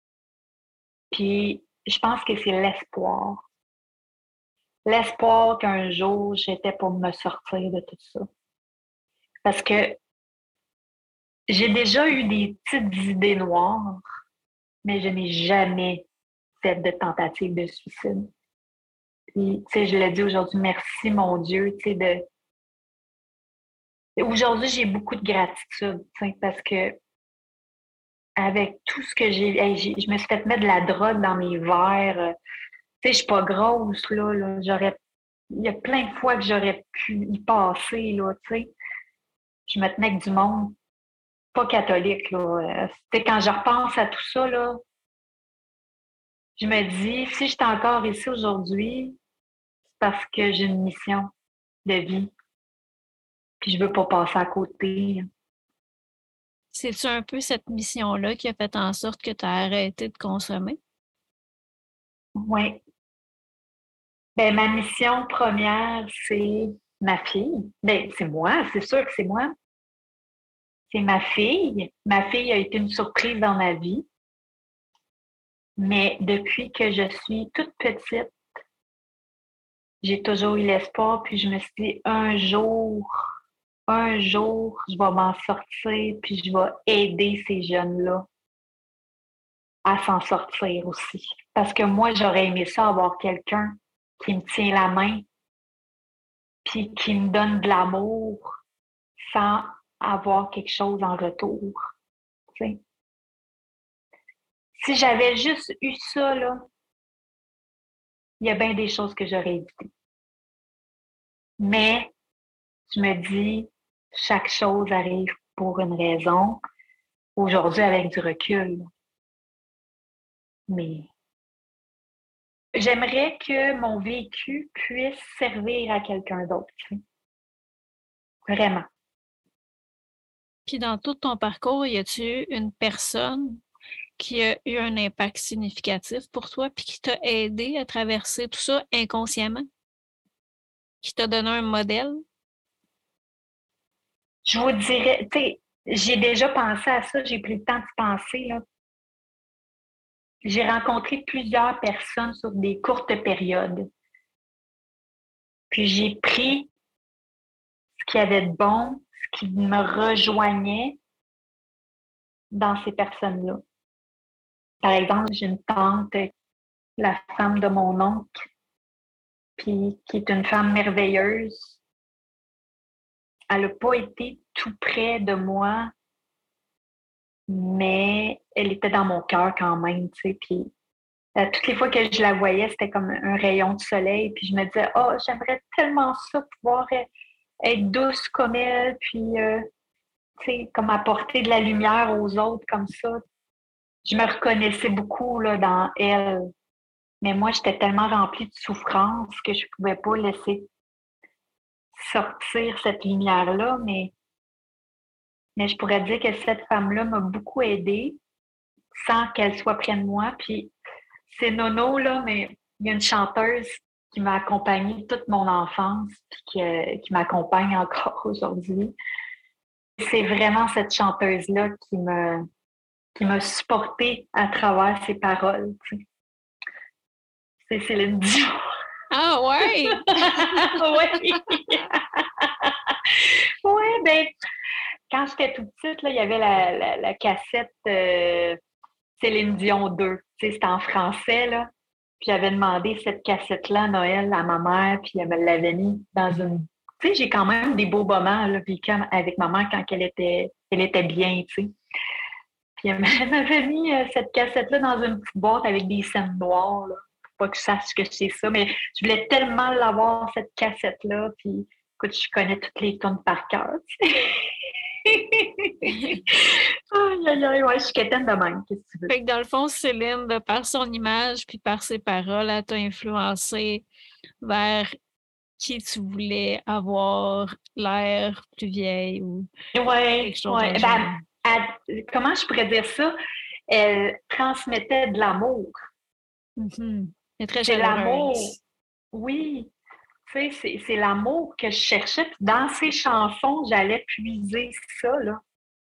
Puis, je pense que c'est l'espoir. L'espoir qu'un jour, j'étais pour me sortir de tout ça. Parce que j'ai déjà eu des petites idées noires, mais je n'ai jamais fait de tentative de suicide. Puis, tu sais, je l'ai dit aujourd'hui, merci mon Dieu, tu sais, de... Aujourd'hui, j'ai beaucoup de gratitude, tu sais, parce que avec tout ce que j'ai... Hey, j'ai- je me suis fait mettre de la drogue dans mes verres. euh, Tu sais, je suis pas grosse, là, là. J'aurais... Il y a plein de fois que j'aurais pu y passer, là, tu sais. Je me tenais avec du monde pas catholique, là. Euh, tu sais, quand je repense à tout ça, là, je me dis, si je suis encore ici aujourd'hui, c'est parce que j'ai une mission de vie, puis je veux pas passer à côté. C'est-tu un peu cette mission-là qui a fait en sorte que tu as arrêté de consommer? Oui. Ben, ma mission première, c'est ma fille. Ben, c'est moi, c'est sûr que c'est moi. C'est ma fille. Ma fille a été une surprise dans ma vie. Mais depuis que je suis toute petite, j'ai toujours eu l'espoir, puis je me suis dit, un jour, un jour, je vais m'en sortir, puis je vais aider ces jeunes-là à s'en sortir aussi. Parce que moi, j'aurais aimé ça avoir quelqu'un qui me tient la main, puis qui me donne de l'amour sans avoir quelque chose en retour. Tu sais. Si j'avais juste eu ça, là, il y a bien des choses que j'aurais évitées. Mais je me dis, chaque chose arrive pour une raison. Aujourd'hui, avec du recul. Mais j'aimerais que mon vécu puisse servir à quelqu'un d'autre. Tu sais. Vraiment. Puis dans tout ton parcours, y a-tu une personne qui a eu un impact significatif pour toi, puis qui t'a aidé à traverser tout ça inconsciemment, qui t'a donné un modèle? Je vous dirais, tu sais, j'ai déjà pensé à ça, j'ai pris le temps de penser, là. J'ai rencontré plusieurs personnes sur des courtes périodes. Puis j'ai pris ce qu'il y avait de bon, ce qui me rejoignait dans ces personnes-là. Par exemple, j'ai une tante, la femme de mon oncle, puis qui est une femme merveilleuse. Elle n'a pas été tout près de moi, mais elle était dans mon cœur quand même, tu sais. Puis euh, toutes les fois que je la voyais, c'était comme un rayon de soleil. Puis je me disais, oh, j'aimerais tellement ça, pouvoir être douce comme elle, puis euh, tu sais, comme apporter de la lumière aux autres comme ça. Je me reconnaissais beaucoup là, dans elle. Mais moi, j'étais tellement remplie de souffrance que je ne pouvais pas laisser sortir cette lumière-là. Mais, mais je pourrais dire que cette femme-là m'a beaucoup aidée sans qu'elle soit près de moi. Puis c'est Nono, là, mais il y a une chanteuse qui m'a accompagnée toute mon enfance puis qui, qui m'accompagne encore aujourd'hui. C'est vraiment cette chanteuse-là qui me, qui m'a supportée à travers ses paroles. Tu sais. C'est Céline Dion. Ah ouais! Oui! Oui, bien, quand j'étais toute petite, là, il y avait la, la, la cassette euh, Céline Dion deux. Tu sais, c'était en français, là. Puis j'avais demandé cette cassette-là à Noël à ma mère, puis elle me l'avait mis dans une... Tu sais, j'ai quand même des beaux moments, là, puis quand, avec ma mère quand elle était, elle était bien, tu sais. Puis elle m'avait mis euh, cette cassette-là dans une petite boîte avec des scènes noires, là. Pas que je sache que c'est ça, mais je voulais tellement l'avoir, cette cassette-là, puis écoute, je connais toutes les tunes par cœur, tu sais. Aïe, aïe, aïe, ouais, je suis quétaine de même, qu'est-ce que tu veux. Fait que dans le fond, Céline, de par son image puis par ses paroles, elle t'a influencé vers qui tu voulais avoir l'air plus vieille ou Ouais, quelque chose ouais. dans le Ben, genre. elle- elle- comment je pourrais dire ça? Elle transmettait de l'amour. Mhm. Elle est très C'est l'amour. chaleureuse. Oui, tu sais, c'est, c'est l'amour que je cherchais. Puis dans ses chansons, j'allais puiser ça, là.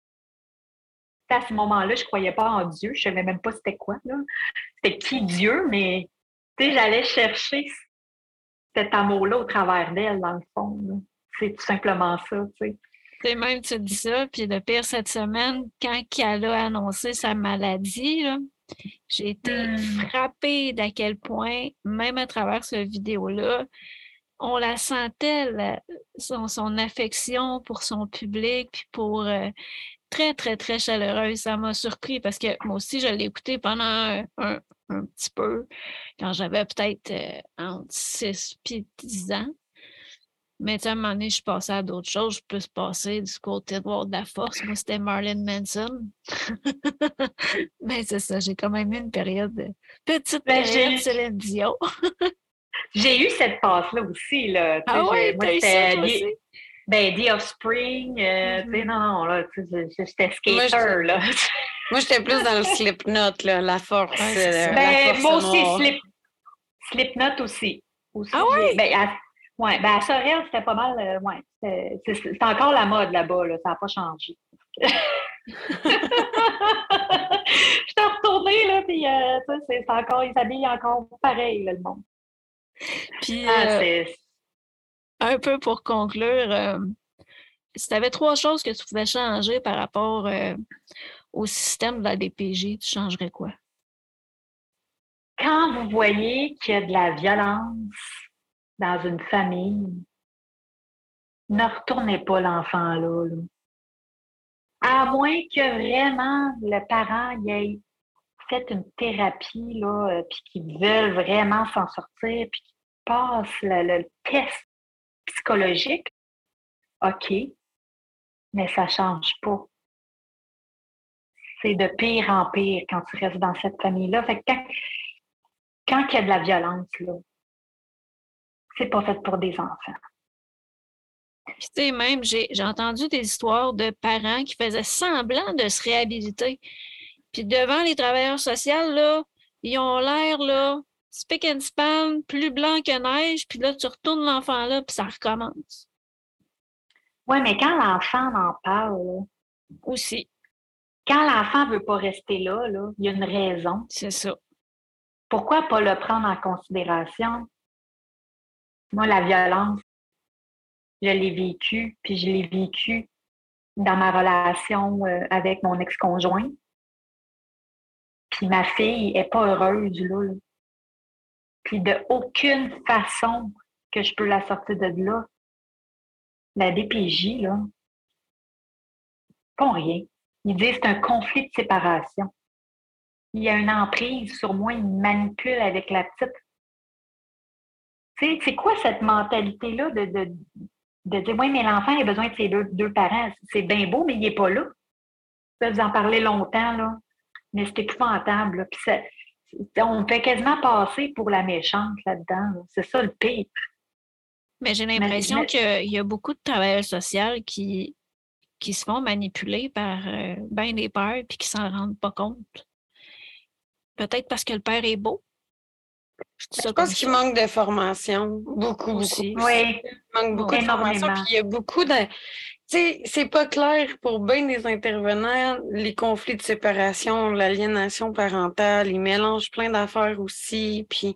À ce moment-là, je ne croyais pas en Dieu. Je ne savais même pas c'était quoi, là. C'était qui Dieu, mais tu sais, j'allais chercher cet amour-là au travers d'elle, dans le fond, là. C'est tout simplement ça, tu sais. Tu sais, même tu dis ça, puis le pire cette semaine, quand elle a annoncé sa maladie, là, j'ai été Hmm. frappée d'à quel point, même à travers cette vidéo-là, on la sentait, la- son, son affection pour son public, puis pour euh, très, très, très chaleureuse. Ça m'a surpris parce que moi aussi, je l'ai écouté pendant un, un- un petit peu, quand j'avais peut-être euh, entre six et dix ans. Mais tu sais, à un moment donné, je suis passée à d'autres choses. Je suis plus passée du côté de voir de la force. Moi, c'était Marilyn Manson. Mais c'est ça, j'ai quand même eu une période, de- petite Ben, période j'ai, Céline Dion. j'ai eu cette passe-là aussi, là. Tu Ah sais, ouais, je- moi, t'as eu ça c'était toi aussi? The, ben, The Offspring. Euh, tu sais, Mhm. non, non, là, tu sais, je- j'étais Moi, skater, j'étais là. moi, j'étais plus dans le Slipknot, là, la Ouais, force, c'est euh, ça. la Ben, force moi aussi, noire. Slip, Slipknot aussi. Ah Aussi, j'ai. ouais? Ben, à, ouais, ben, à Sorel, c'était pas mal. Euh, ouais, c'était, c'est, c'est encore la mode là-bas, là. Ça n'a pas changé. Je suis retournée, là, puis, euh, tu sais, c'est c'est encore, ils s'habillent encore pareil, là, le monde. Puis, Ah, euh, c'est. un peu pour conclure, euh, si tu avais trois choses que tu pouvais changer par rapport euh, au système de la D P J, tu changerais quoi? Quand vous voyez qu'il y a de la violence dans une famille, ne retournez pas l'enfant là, là. À moins que vraiment le parent y ait fait une thérapie, là, euh, puis qu'ils veulent vraiment s'en sortir, puis qu'ils passent le, le test psychologique, OK, mais ça ne change pas. C'est de pire en pire quand tu restes dans cette famille-là. Fait que quand, quand il y a de la violence, là, c'est pas fait pour des enfants. Puis, tu sais, même, j'ai j'ai entendu des histoires de parents qui faisaient semblant de se réhabiliter. Puis, devant les travailleurs sociaux, là, ils ont l'air, là, spick and span, plus blanc que neige. Puis là, tu retournes l'enfant là, puis ça recommence. Oui, mais quand l'enfant en parle, là, Aussi, quand l'enfant ne veut pas rester là, là, il y a une raison. c'est ça. Pourquoi pas le prendre en considération? Moi, la violence, je l'ai vécue, puis je l'ai vécue dans ma relation euh, avec mon ex-conjoint. Puis ma fille n'est pas heureuse, là, là. Puis de aucune façon que je peux la sortir de là. La D P J, là, pas rien. Ils disent que c'est un conflit de séparation. Il y a une emprise sur moi, ils me manipulent avec la petite. Tu sais, c'est quoi cette mentalité-là de, de, de dire, oui, mais l'enfant il a besoin de ses deux, deux parents. C'est bien beau, mais il n'est pas là. Ça, vous en parlez longtemps, là. Mais c'est épouvantable. Là. Puis ça, on me fait quasiment passer pour la méchante là-dedans. Là. C'est ça le pire. Mais j'ai Mais- l'impression mais- qu'il y a beaucoup de travailleurs sociaux qui, qui se font manipuler par euh, ben des pères puis qui s'en rendent pas compte. Peut-être parce que le père est beau. Je dis ça Je comme pense qu'il ça. manque de formation. Beaucoup, Aussi. beaucoup. Oui, Il manque beaucoup Oui. de formation. énormément. Puis il y a beaucoup de. Tu sais, c'est pas clair pour bien des intervenants, les conflits de séparation, l'aliénation parentale, ils mélangent plein d'affaires aussi. Puis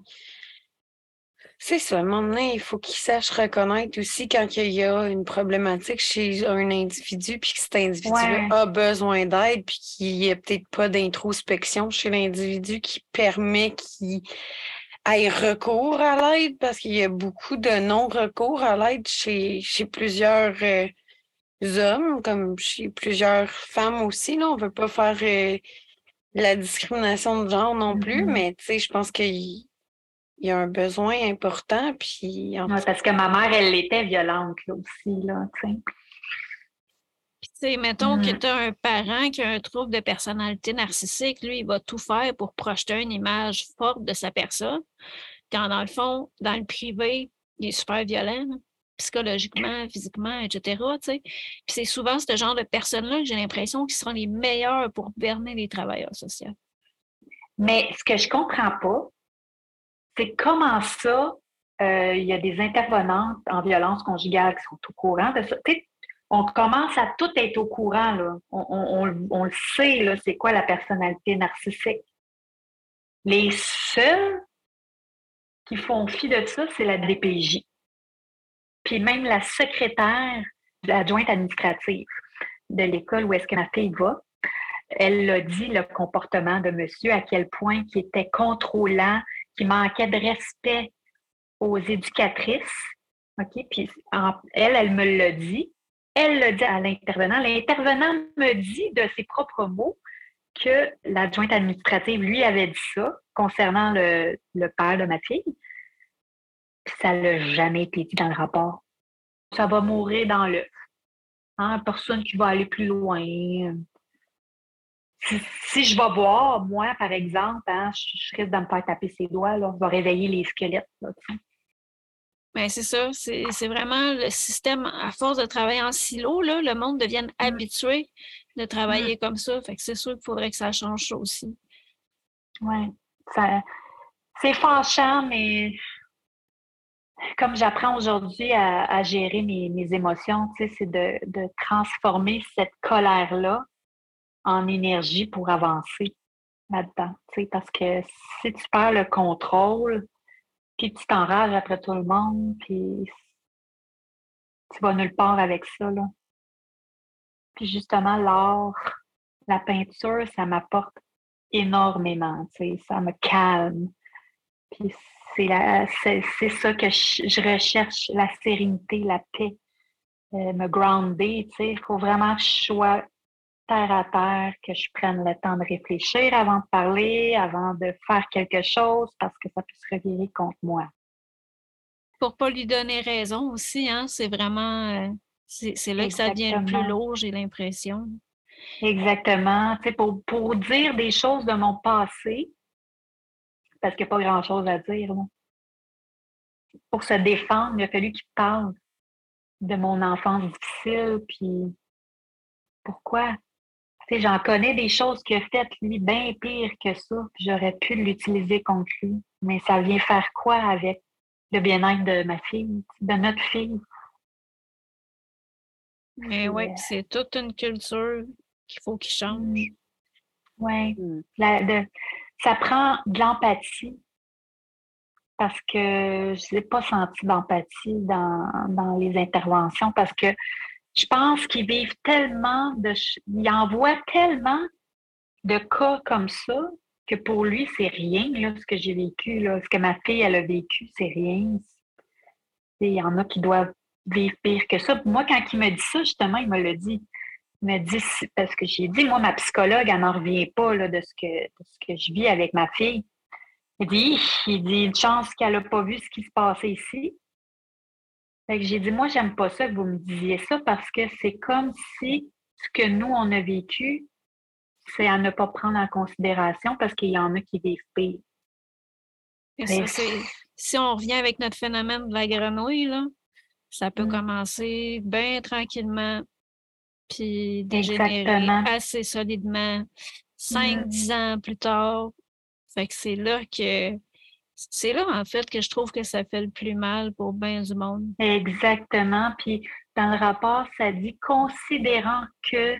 c'est ça, à un moment donné, il faut qu'ils sachent reconnaître aussi quand il y a une problématique chez un individu, puis que cet individu-là Ouais. a besoin d'aide, puis qu'il n'y a peut-être pas d'introspection chez l'individu qui permet qu'il ait recours à l'aide, parce qu'il y a beaucoup de non-recours à l'aide chez, chez plusieurs euh, hommes, comme chez plusieurs femmes aussi. Là. On ne veut pas faire euh, la discrimination de genre non plus, Mhm. mais tu sais, je pense qu'il il y a un besoin important, puis en Ouais, parce que ma mère, elle était violente là, aussi, là, tu sais. Puis, tu sais, mettons que Mm. tu as un parent qui a un trouble de personnalité narcissique, lui, il va tout faire pour projeter une image forte de sa personne. Quand, dans le fond, dans le privé, il est super violent, là, psychologiquement, physiquement, et cetera. Tu sais. Puis c'est souvent ce genre de personnes-là que j'ai l'impression qui seront les meilleures pour berner les travailleurs sociaux. Mais ce que je comprends pas, c'est comment ça, euh, il y a des intervenantes en violence conjugale qui sont au courant de ça. Tu sais, on commence à tout être au courant, là. On, on, on, on le sait, là, c'est quoi la personnalité narcissique. Les seuls qui font fi de ça, c'est la D P J. Puis même la secrétaire de l'adjointe administrative de l'école où est-ce que ma fille va, elle a dit le comportement de monsieur, à quel point il était contrôlant, qu'il manquait de respect aux éducatrices. OK? Puis en, elle, elle me l'a dit. Elle l'a dit à l'intervenant. L'intervenant me dit de ses propres mots que l'adjointe administrative, lui, avait dit ça concernant le, le père de ma fille. Puis ça n'a jamais été dit dans le rapport. Ça va mourir dans l'œuf. Hein? Personne qui va aller plus loin. Si, si je vais voir, moi, par exemple, hein, je, je risque de me faire taper ses doigts, là, je vais réveiller les squelettes. Là, Bien, c'est ça. C'est, c'est vraiment le système, à force de travailler en silo, là, le monde devient Mm. habitué de travailler Mm. comme ça. Fait que c'est sûr qu'il faudrait que ça change ça aussi. Oui. Ça, c'est fâchant, mais comme j'apprends aujourd'hui à, à gérer mes, mes émotions, tu sais, c'est de, de transformer cette colère-là en énergie pour avancer là-dedans. Tu sais, parce que si tu perds le contrôle, puis tu t'enrages après tout le monde, puis tu vas nulle part avec ça, là. Puis justement, l'art, la peinture, ça m'apporte énormément, tu sais, ça me calme. Puis c'est, la, c'est, c'est ça que je, je recherche, la sérénité, la paix, euh, me grounder, tu sais. Il faut vraiment que je sois terre à terre, que je prenne le temps de réfléchir avant de parler, avant de faire quelque chose, parce que ça peut se revirer contre moi. Pour pas lui donner raison aussi, hein, c'est vraiment... euh, c'est, c'est là que ça devient le plus Exactement. lourd, j'ai l'impression. Exactement. Tu sais, pour, pour dire des choses de mon passé, parce qu'il n'y a pas grand-chose à dire, là. Pour se défendre, il a fallu qu'il parle de mon enfance difficile, puis pourquoi? Tu sais, j'en connais des choses qu'il a faites, lui, bien pire que ça, puis j'aurais pu l'utiliser contre lui. Mais ça vient faire quoi avec le bien-être de ma fille, de notre fille? Mais C'est, oui, euh, c'est toute une culture qu'il faut qu'il change. mm, ouais. Mm. La- de- ça prend de l'empathie parce que je n'ai pas senti d'empathie dans, dans les interventions parce que je pense qu'ils vivent tellement de... ch- Ils en voient tellement de cas comme ça que pour lui, c'est rien, là, ce que j'ai vécu, là. Ce que ma fille, elle a vécu, c'est rien. Il y en a qui doivent vivre pire que ça. Moi, quand il me dit ça, justement, il me l'a dit. Il me dit, parce que j'ai dit, moi, ma psychologue, elle n'en revient pas là, de, ce que, de ce que je vis avec ma fille. Il dit, il dit, une chance qu'elle n'a pas vu ce qui se passait ici. Fait que j'ai dit, moi, j'aime pas ça que vous me disiez ça parce que c'est comme si ce que nous, on a vécu, c'est à ne pas prendre en considération parce qu'il y en a qui vivent pire. Et Fait ça, que c'est. Si on revient avec notre phénomène de la grenouille, là, ça peut Mm. commencer bien tranquillement, puis dégénérer Exactement. assez solidement, cinq Mm. dix ans plus tard. Fait que c'est là que. C'est là, en fait, que je trouve que ça fait le plus mal pour bien du monde. Exactement. Puis dans le rapport, ça dit considérant que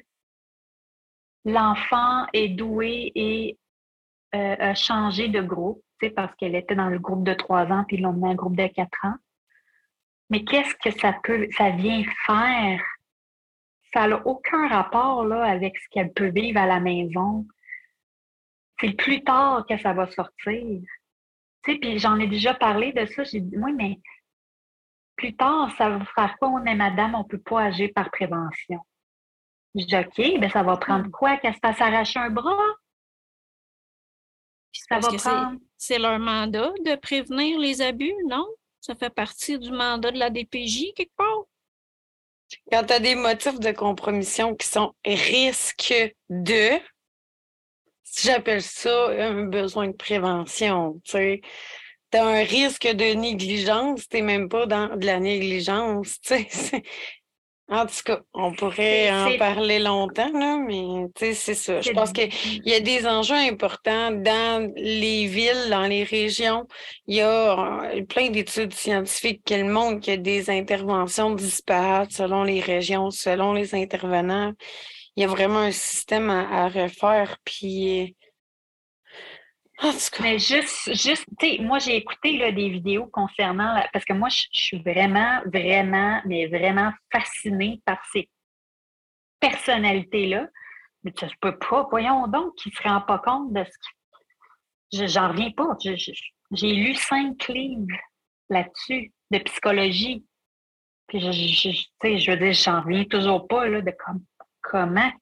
l'enfant est doué et euh, a changé de groupe, tu sais, parce qu'elle était dans le groupe de trois ans, puis ils l'ont mis dans un groupe de quatre ans. Mais qu'est-ce que ça peut, ça vient faire? Ça n'a aucun rapport là, avec ce qu'elle peut vivre à la maison. C'est plus tard que ça va sortir. Tu sais, puis j'en ai déjà parlé de ça. J'ai dit, oui, mais plus tard, ça va faire quoi? On est madame, on ne peut pas agir par prévention. Je dis, OK, ben ça va prendre quoi? Qu'elle se fasse arracher un bras? Puis c'est Ça parce va que c'est, prendre. c'est leur mandat de prévenir les abus, non? Ça fait partie du mandat de la D P J, quelque part. Quand tu as des motifs de compromission qui sont risque de, j'appelle ça un besoin de prévention. Tu sais, tu as un risque de négligence, tu n'es même pas dans de la négligence. Tu sais, c'est- en tout cas, on pourrait C'est, en c'est, parler longtemps, là, mais tu sais, c'est ça. Je c'est- pense qu'il y a des enjeux importants dans les villes, dans les régions. Il y a euh, plein d'études scientifiques qui le montrent qu'il y a des interventions disparates selon les régions, selon les intervenants. Il y a vraiment un système à, à refaire. Puis, en tout cas, Mais juste, juste, tu sais, moi, j'ai écouté là, des vidéos concernant, la- parce que moi, je je suis vraiment, vraiment, mais vraiment fascinée par ces personnalités-là. Mais ça se peut pas. Voyons donc qu'ils se rendent pas compte de ce qui. Je- J'en reviens pas. Je- je- J'ai lu cinq livres là-dessus, de psychologie. Puis, je, je, je- tu sais, je veux dire, j'en reviens toujours pas là, de com- comment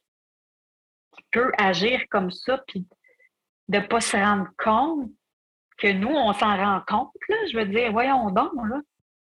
il peut agir comme ça, puis de pas se rendre compte que nous, on s'en rend compte, là. Je veux dire, voyons donc, là.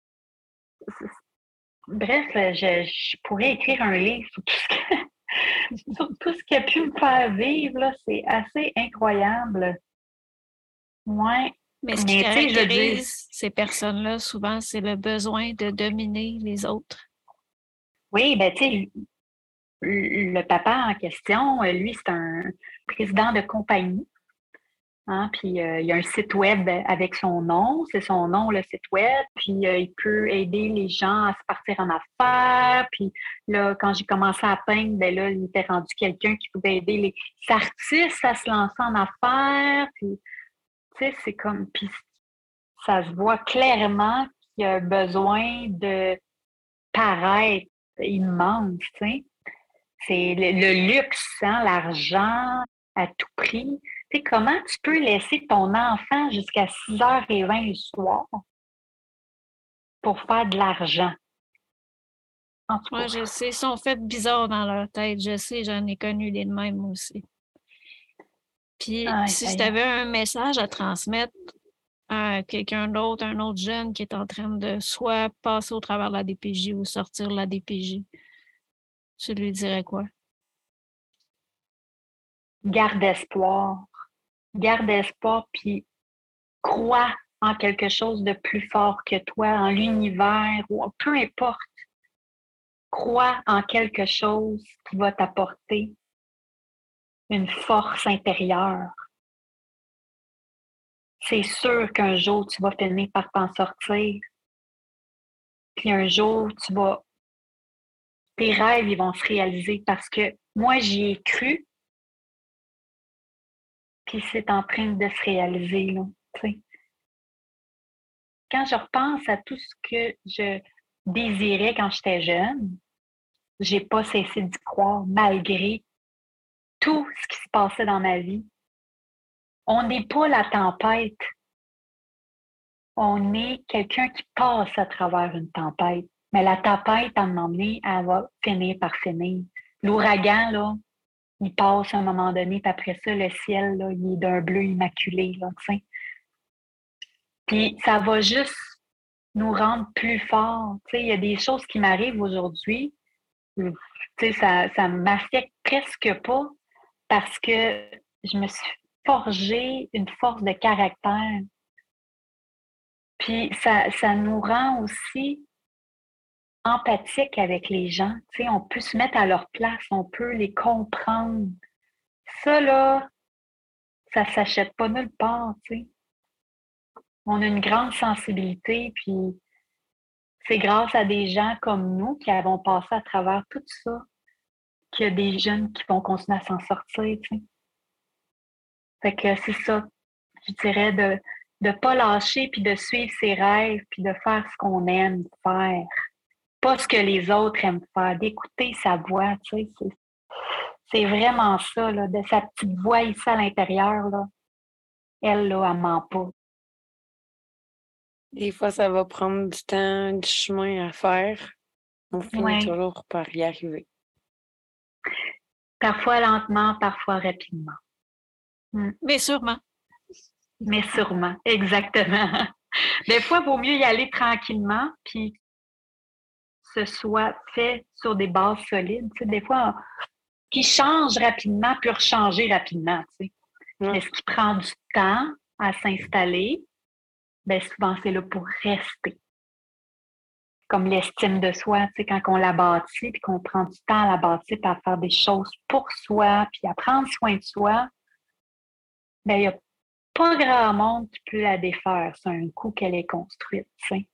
Bref, je, je pourrais écrire un livre sur tout ce, que- sur tout ce qui a pu me faire vivre, là. C'est assez incroyable. Ouais. Mais ce qui Mais tu sais, je veux dire, caractérise ces personnes-là, souvent, c'est le besoin de dominer les autres. oui, ben tu sais, le, le papa en question, euh, lui, c'est un président de compagnie. Hein, puis euh, il y a un site web avec son nom, c'est son nom, le site web, puis euh, il peut aider les gens à se partir en affaires. Puis là, quand j'ai commencé à peindre, ben là, il était rendu quelqu'un qui pouvait aider les artistes à se lancer en affaires. Puis, tu sais, c'est comme, puis ça se voit clairement qu'il y a besoin de paraître immense, tu sais. C'est le, le luxe, hein, l'argent à tout prix. Tu sais, comment tu peux laisser ton enfant jusqu'à six heures vingt le soir pour faire de l'argent? En tout Moi, cas, je sais, ils sont faits bizarres dans leur tête. Je sais, j'en ai connu des de même aussi. Puis, aïe, si tu aïe. avais un message à transmettre à quelqu'un d'autre, un autre jeune qui est en train de soit passer au travers de la D P J ou sortir de la D P J, tu lui dirais quoi? Garde espoir. Garde espoir, puis crois en quelque chose de plus fort que toi, en l'univers, ou peu importe. Crois en quelque chose qui va t'apporter une force intérieure. C'est sûr qu'un jour, tu vas finir par t'en sortir. Puis un jour, tu vas. Tes rêves, ils vont se réaliser parce que moi, j'y ai cru, puis c'est en train de se réaliser, là. Tu sais. Quand je repense à tout ce que je désirais quand j'étais jeune, j'ai pas cessé d'y croire malgré tout ce qui se passait dans ma vie. On n'est pas la tempête. On est quelqu'un qui passe à travers une tempête. Mais la tempête, à un moment donné, elle va finir par finir. L'ouragan, là, il passe à un moment donné, puis après ça, le ciel, là, il est d'un bleu immaculé, là, tu sais. Puis ça va juste nous rendent plus forts. Tu sais, il y a des choses qui m'arrivent aujourd'hui, tu sais, ça, ça m'affecte presque pas parce que je me suis forgé une force de caractère. Puis ça, ça nous rend aussi empathiques avec les gens. Tu sais, on peut se mettre à leur place, on peut les comprendre. Ça, là, ça s'achète pas nulle part, tu sais. On a une grande sensibilité, puis c'est grâce à des gens comme nous qui avons passé à travers tout ça qu'il y a des jeunes qui vont continuer à s'en sortir, tu sais. Fait que c'est ça, je dirais, de ne pas lâcher, puis de suivre ses rêves, puis de faire ce qu'on aime faire. Pas ce que les autres aiment faire, d'écouter sa voix, tu sais. C'est, c'est vraiment ça, là, de sa petite voix ici à l'intérieur, là. Elle, là, elle ment pas. Des fois, ça va prendre du temps, du chemin à faire. On finit Ouais. toujours par y arriver. Parfois lentement, parfois rapidement. Mm. Mais sûrement. Mais sûrement, exactement. Des fois, il vaut mieux y aller tranquillement, puis que ce soit fait sur des bases solides. Tu sais, des fois, qui change rapidement peut rechanger rapidement. Tu sais. Ouais. Mais ce qui prend du temps à s'installer, bien souvent, c'est là pour rester. Comme l'estime de soi, tu sais, quand on la bâtit, puis qu'on prend du temps à la bâtir, puis à faire des choses pour soi, puis à prendre soin de soi, bien, il n'y a pas grand monde qui peut la défaire. C'est un coup qu'elle est construite, tu sais.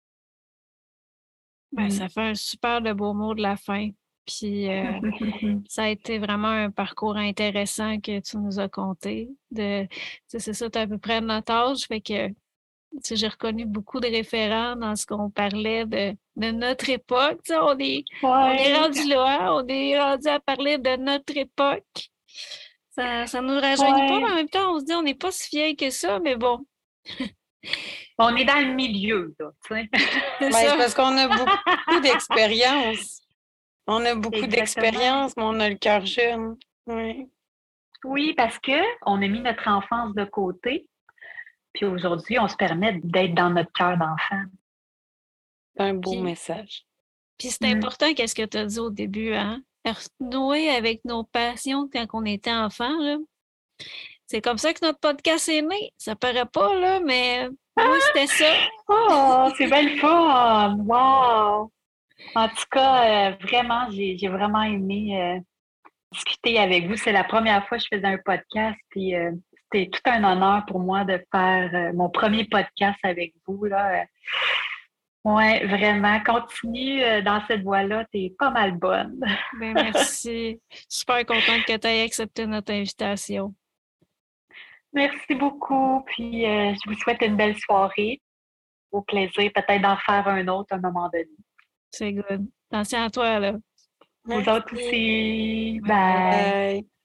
Ben, Mm. ça fait un super de beau mot de la fin. Puis euh, ça a été vraiment un parcours intéressant que tu nous as conté. De, tu sais, c'est ça, tu as à peu près notre âge. Fait que tu sais, j'ai reconnu beaucoup de référents dans ce qu'on parlait de, de notre époque. Tu sais, on est, on est Ouais. rendu là, hein, on est rendu à parler de notre époque. Ça, ça nous rajeunit pas, Ouais. mais en même temps, on se dit on n'est pas si vieille que ça, mais bon, On est dans le milieu, là, tu sais. c'est Ben, c'est ça. parce qu'on a beaucoup d'expérience. On a beaucoup Exactement. d'expérience, mais on a le cœur jeune. Oui. Oui, parce qu'on a mis notre enfance de côté, puis aujourd'hui, on se permet d'être dans notre cœur d'enfant. C'est un beau Puis, message. puis c'est Mm. important, qu'est-ce que tu as dit au début, hein? Renouer avec nos passions quand on était enfant, là. C'est comme ça que notre podcast est né. Ça paraît pas, là, mais moi, c'était ça. Oh, c'est bien le fun! Wow! En tout cas, euh, vraiment, j'ai, j'ai vraiment aimé euh, discuter avec vous. C'est la première fois que je faisais un podcast, puis euh, c'était tout un honneur pour moi de faire euh, mon premier podcast avec vous, là. Oui, vraiment. Continue euh, dans cette voie-là. Tu es pas mal bonne. Ben, merci. Super contente que tu aies accepté notre invitation. Merci beaucoup. Puis euh, je vous souhaite une belle soirée. Au plaisir peut-être d'en faire un autre à un moment donné. C'est good. Attention à toi, là. Vous autres aussi. Bye. Bye. Bye.